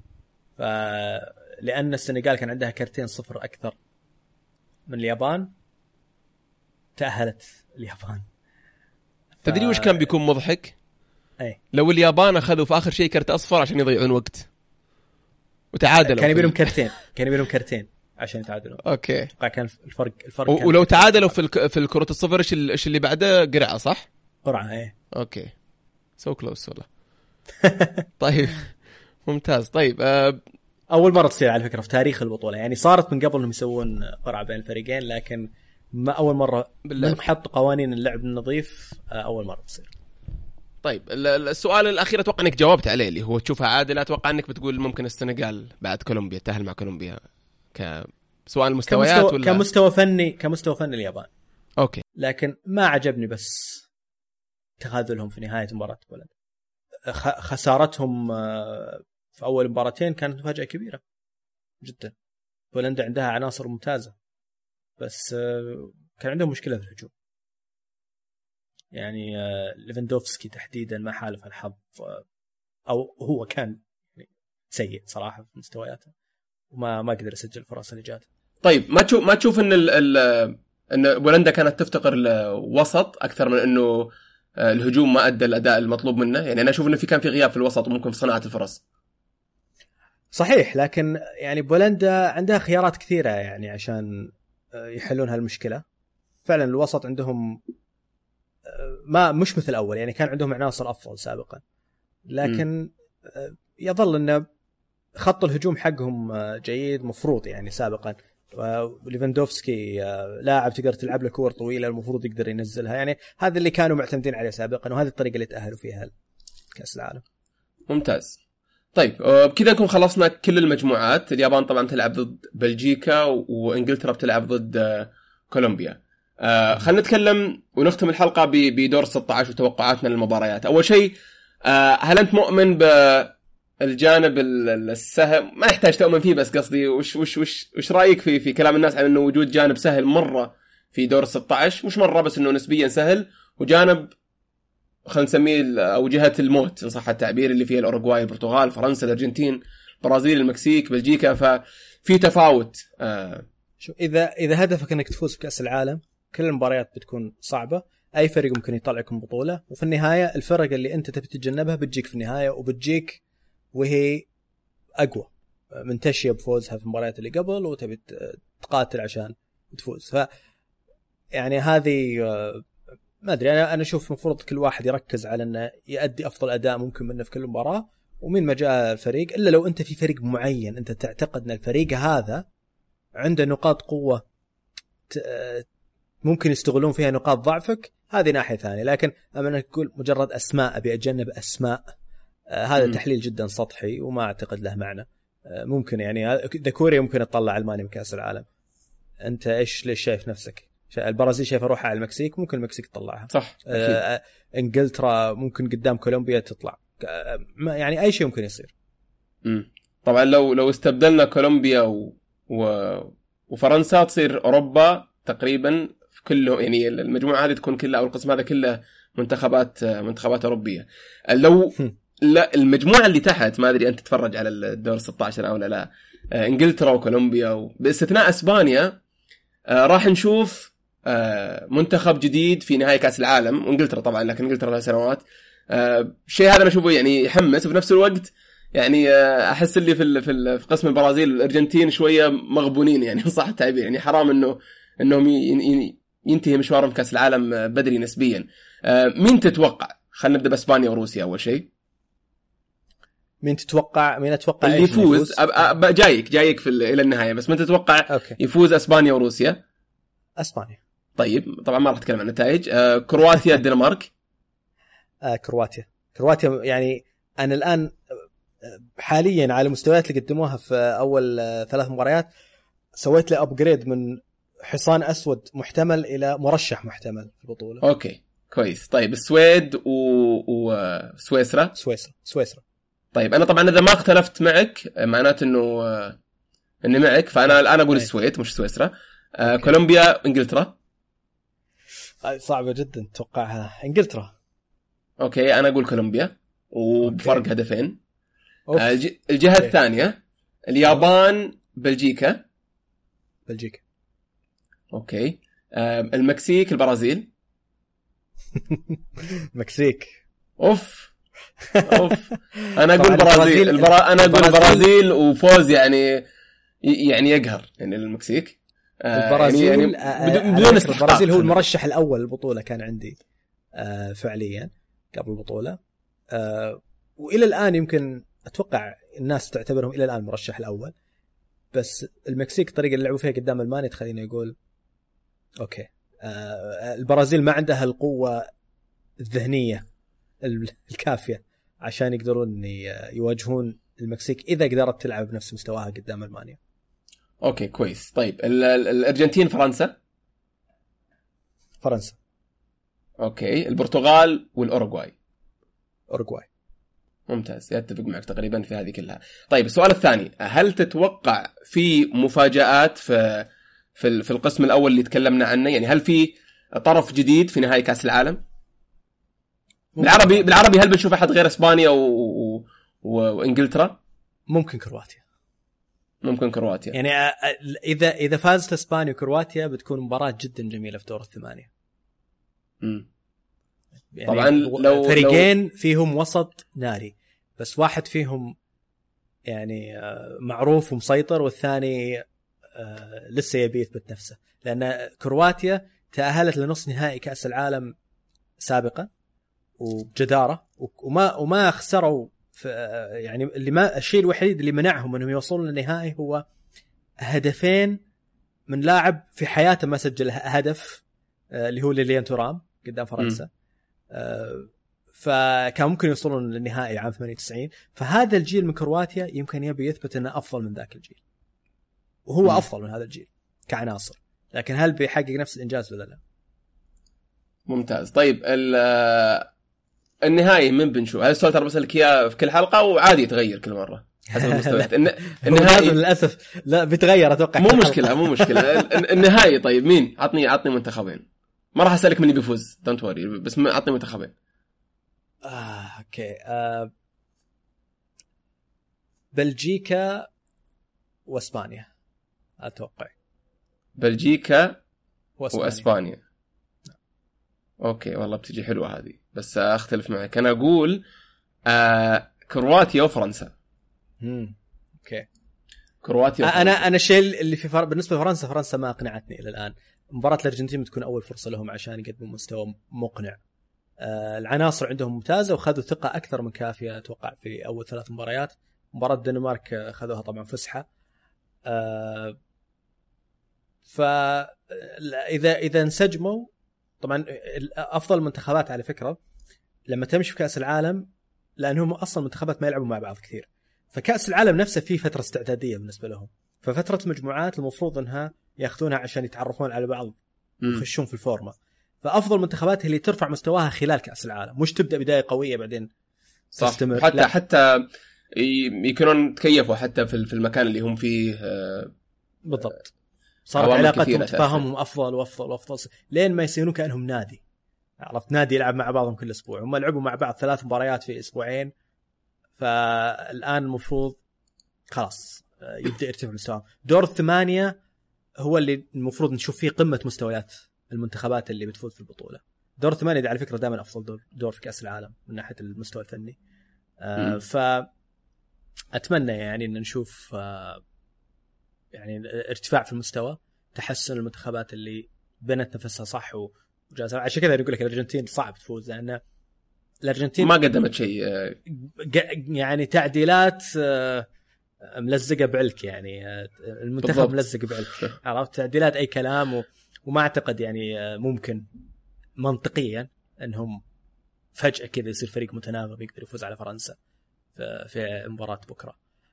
فلأن السنغال كان عندها كرتين صفر أكثر من اليابان، تأهلت اليابان. ف... تدري وش كان بيكون مضحك؟ أي. لو اليابان أخذوا في آخر شيء كرت أصفر عشان يضيعون وقت وتعادلوا. كان يبيلهم كرتين كان يبيلهم كرتين عشان يتعادلوا. اوكي كان الفرق الفرق و- ولو تعادلوا في الك... في الكرة الصفر ايش ال... ايش اللي بعده؟ قرعة صح؟ قرعة ايه. اوكي سو كلوز والله. طيب ممتاز. طيب أه... اول مرة تصير على فكرة في تاريخ البطولة، يعني صارت من قبل انهم يسوون قرعة بين الفريقين، لكن ما اول مرة من حط قوانين اللعب النظيف اول مرة تصير. طيب السؤال الاخير اتوقع انك جاوبت عليه، اللي هو تشوفها عادله. اتوقع انك بتقول ممكن السنغال بعد كولومبيا تأهل مع كولومبيا ك سواء المستويات كمستوى ولا كمستوى فني كمستوى فني اليابان. اوكي لكن ما عجبني بس تخاذلهم في نهايه مباراه بولندا. خسارتهم في اول مباراتين كانت مفاجاه كبيره جدا. بولندا عندها عناصر ممتازه، بس كان عندهم مشكله في الهجوم. يعني ليفاندوفسكي تحديدا ما حالف الحظ، او هو كان سيء صراحه في مستوياته وما ما قدر يسجل الفرص اللي جات. طيب ما تشوف ما تشوف ان ال ال ان بولندا كانت تفتقر لوسط اكثر من انه الهجوم ما ادى الاداء المطلوب منه؟ يعني انا اشوف انه في كان في غياب في الوسط وممكن في صناعه الفرص. صحيح، لكن يعني بولندا عندها خيارات كثيره يعني عشان يحلون هالمشكله. فعلا الوسط عندهم ما مش مثل اول، يعني كان عندهم عناصر افضل سابقا، لكن م. يظل ان خط الهجوم حقهم جيد مفروض يعني سابقا. وليفاندوفسكي لاعب تقدر تلعب له كور طويله المفروض يقدر ينزلها، يعني هذا اللي كانوا معتمدين عليه سابقا، وهذه الطريقه اللي تاهلوا فيها كاس العالم. ممتاز. طيب بكذا نكون خلصنا كل المجموعات. اليابان طبعا تلعب ضد بلجيكا وانجلترا بتلعب ضد كولومبيا. آه خلينا نتكلم ونختم الحلقه بدور ستة عشر وتوقعاتنا للمباريات. اول شيء آه هل انت مؤمن ب الجانب السهل ما يحتاج تؤمن فيه، بس قصدي وش وش وش وش رايك في في كلام الناس عن انه وجود جانب سهل مره في دور ستة عشر، مش مره بس انه نسبيا سهل، وجانب خلينا نسميه او جهه الموت ان صح التعبير، اللي فيها الاوروغواي، البرتغال، فرنسا، الارجنتين، البرازيل، المكسيك، بلجيكا، ففي تفاوت. آه. شو اذا اذا هدفك انك تفوز بكأس العالم، كل المباريات بتكون صعبه، اي فريق ممكن يطلعكم بطوله، وفي النهايه الفرق اللي انت تبي تتجنبها بتجيك في النهايه، وبتجيك وهي اقوى، منتشيه بفوزها في المباريات اللي قبل، وتبي تقاتل عشان تفوز. ف يعني هذه ما ادري، انا انا اشوف المفروض كل واحد يركز على انه يؤدي افضل اداء ممكن منه في كل مباراه، ومن ما جاء الفريق، الا لو انت في فريق معين انت تعتقد ان الفريق هذا عنده نقاط قوه ممكن يستغلون فيها نقاط ضعفك، هذه ناحيه ثانيه. لكن اما انك تقول مجرد اسماء ابي اجنب اسماء، آه هذا م. تحليل جدا سطحي وما اعتقد له معنى. آه ممكن يعني اذا كوريا ممكن تطلع المانيا من كاس العالم، انت ايش ليش شايف نفسك؟ البرازيل شايف اروح على المكسيك، ممكن المكسيك تطلعها صح. آه انجلترا ممكن قدام كولومبيا تطلع، آه يعني اي شيء ممكن يصير. م. طبعا لو لو استبدلنا كولومبيا و... و... وفرنسا تصير اوروبا تقريبا كله، يعني المجموعه هذه تكون كلها او القسم هذا كله منتخبات منتخبات اوروبيه. لو لا المجموعه اللي تحت ما ادري انت تتفرج على الدور ستة عشر او لا، انجلترا وكولومبيا باستثناء اسبانيا، راح نشوف منتخب جديد في نهائي كاس العالم، وانجلترا طبعا لكن انجلترا لها سنوات. الشيء هذا انا اشوفه يعني يحمس، وفي نفس الوقت يعني احس اللي في في قسم البرازيل والارجنتين شويه مغبونين، يعني صح التعبير، يعني حرام انه انهم ينتهي مشوارهم في كاس العالم بدري نسبيا. مين تتوقع؟ خلينا نبدا باسبانيا وروسيا اول شيء. مين تتوقع مين اتوقع اللي يفوز؟ جايك جايك في الى النهايه، بس من تتوقع أوكي. يفوز اسبانيا وروسيا؟ اسبانيا. طيب طبعا ما راح اتكلم عن النتائج. آه كرواتيا الدنمارك. آه كرواتيا كرواتيا يعني انا الان حاليا على مستويات اللي قدموها في اول ثلاث مباريات سويت له ابجريد من حصان اسود محتمل الى مرشح محتمل في البطوله. اوكي كويس. طيب السويد وسويسرا. سويسرا سويسرا طيب انا طبعا اذا ما اختلفت معك معناته انه اني معك، فانا الان اقول السويد مش سويسرا. آه كولومبيا انجلترا. صعبه جدا تتوقعها. انجلترا. اوكي انا اقول كولومبيا وبفرق أوكي. هدفين. آه الجهه أوكي. الثانيه اليابان بلجيكا. بلجيكا. اوكي. آه المكسيك البرازيل. مكسيك. اوف اوف انا اقول برازيل. البرا... انا اقول البرازيل وفوز يعني يعني يقهر يعني المكسيك. آه البرازيل يعني بدون استحقاق. البرازيل هو المرشح الاول للبطوله كان عندي آه فعليا قبل البطوله، آه والى الان يمكن اتوقع الناس تعتبرهم الى الان المرشح الاول، بس المكسيك الطريقه اللي لعبوا فيها قدام المانيا تخليني اقول اوكي. آه البرازيل ما عندها القوه الذهنيه الكافيه عشان يقدرون يواجهون المكسيك اذا قدرت تلعب بنفس مستواها قدام المانيا. اوكي كويس. طيب الارجنتين فرنسا. فرنسا. اوكي البرتغال والاوروغواي. اوروغواي. ممتاز، اتفق معك تقريبا في هذه كلها. طيب السؤال الثاني، هل تتوقع في مفاجآت في في في القسم الاول اللي تكلمنا عنه؟ يعني هل في طرف جديد في نهائي كاس العالم بالعربي؟ بالعربي هل بنشوف احد غير اسبانيا و... و... وانجلترا؟ ممكن كرواتيا. ممكن كرواتيا يعني اذا اذا فازت اسبانيا وكرواتيا بتكون مباراة جدا جميلة في دور الثمانية. امم يعني طبعا لو فريقين لو... فيهم وسط ناري، بس واحد فيهم يعني معروف ومسيطر، والثاني لسه يبي يثبت نفسه، لان كرواتيا تأهلت لنص نهائي كأس العالم سابقا وبجدارة، وما وما خسروا يعني اللي ما الشيء الوحيد اللي منعهم انهم يوصلون للنهائي هو هدفين من لاعب في حياته ما سجل هدف، اللي هو ليليان تورام قدام فرنسا. م. فكان ممكن يوصلون للنهائي عام ثمانية وتسعين. فهذا الجيل من كرواتيا يمكن يبي يثبت انه افضل من ذاك الجيل، وهو م. افضل من هذا الجيل كعناصر، لكن هل بيحقق نفس الانجاز ولا لا؟ ممتاز. طيب النهائي من بنشوف؟ هذا السؤال ترى بسألك اياه في كل حلقه وعادي يتغير كل مره حسب المستويات. النهائي للاسف لا بيتغير اتوقع. مو مشكله مو مشكله. النهائي طيب مين؟ عطني عطني منتخبين. ما راح اسالك من بيفوز دونت وري، بس عطني منتخبين. اه اوكي آه... بلجيكا واسبانيا اتوقع. بلجيكا واسبانيا, واسبانيا. اوكي والله بتجي حلوه هذه، بس اختلف معك. انا اقول آه كرواتيا وفرنسا. امم اوكي كرواتيا وفرنسا. انا انا الشيء اللي في فر... بالنسبه لفرنسا، فرنسا ما اقنعتني الى الان. مباراه الارجنتين بتكون اول فرصه لهم عشان يقدموا مستوى مقنع. آه العناصر عندهم ممتازه وخذوا ثقه اكثر من كافيه اتوقع في اول ثلاث مباريات. مباراه الدنمارك اخذوها طبعا فسحه. آه فاذا اذا انسجموا طبعا افضل المنتخبات على فكره لما تمشي في كاس العالم، لانهم اصلا منتخبات ما يلعبوا مع بعض كثير، فكاس العالم نفسه فيه فتره استعداديه بالنسبه لهم. ففتره المجموعات المفروض انها ياخذونها عشان يتعرفون على بعض ويخشون في الفورمه. فافضل منتخبات اللي ترفع مستواها خلال كاس العالم، مش تبدا بدايه قويه بعدين صح. تستمر. حتى لا. حتى يكونون تكيفوا حتى في المكان اللي هم فيه. بالضبط. صارت علاقتهم تفاهمهم افضل وافضل وافضل لين ما يصيرون كانهم نادي. عرفت نادي يلعب مع بعضهم كل اسبوع. هم لعبوا مع بعض ثلاث مباريات في اسبوعين، فالان المفروض خلاص يبدا يرتفع مستواهم. دور الثمانيه هو اللي المفروض نشوف فيه قمه مستويات المنتخبات اللي بتفوز في البطوله. دور الثمانيه دي على فكره دائما افضل دور, دور في كاس العالم من ناحيه المستوى الفني. آه ف اتمنى يعني ان نشوف آه يعني ارتفاع في المستوى، تحسن المنتخبات اللي بنت نفسها صح وجازها. عشان كذا نقول لك الارجنتين صعب تفوز، لان الارجنتين ما قدمت شيء يعني تعديلات ملزقه بعلك. يعني المنتخب بالضبط. ملزق بعلك، عرفت؟ تعديلات اي كلام و... وما اعتقد يعني ممكن منطقيا انهم فجاه كذا يصير فريق متناغم يقدر يفوز على فرنسا في مباراه بكره.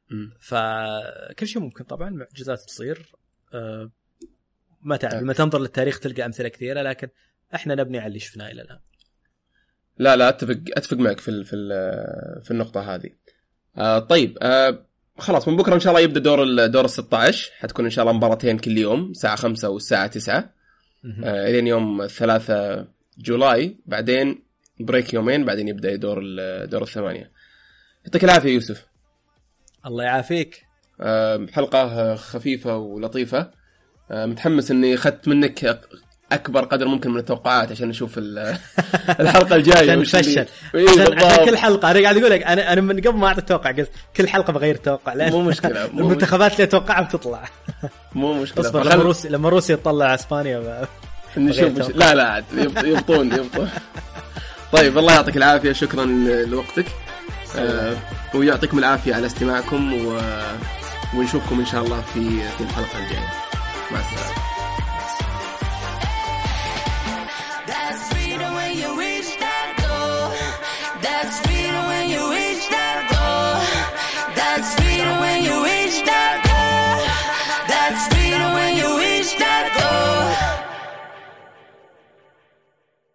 فكل شيء ممكن طبعا، معجزات تصير. أه ما تعرف لما تنظر للتاريخ تلقى أمثلة كثيرة، لكن احنا نبني على اللي شفناه إلى الآن. لا لا اتفق اتفق معك في في في النقطة هذه. آه طيب آه خلاص من بكرة إن شاء الله يبدأ دور الدور الستة عشر، حتكون إن شاء الله مباراتين كل يوم الساعة خمسة والساعة تسعة آه إلى يوم الثلاثة جولاي، بعدين بريك يومين، بعدين يبدأ دور دور الثمانية. يعطيك العافية يوسف. الله يعافيك. حلقة خفيفة ولطيفة. متحمس اني اخذت منك اكبر قدر ممكن من التوقعات عشان نشوف الحلقة الجاية عشان نفشل. عشان, عشان كل حلقة انا قاعد اقول لك انا انا من قبل ما اعطي التوقع قلت كل حلقة بغير توقع، لان مو مشكلة المنتخبات اللي اتوقعها بتطلع. مو مشكلة. اصبر لما روسيا لما روسيا تطلع اسبانيا نشوف. لا لا يبطون يبطون. طيب الله يعطيك العافية، شكرا لوقتك. آه ويعطيكم العافية على استماعكم و... ونشوفكم إن شاء الله في في الحلقة الجاية. مع السلامة.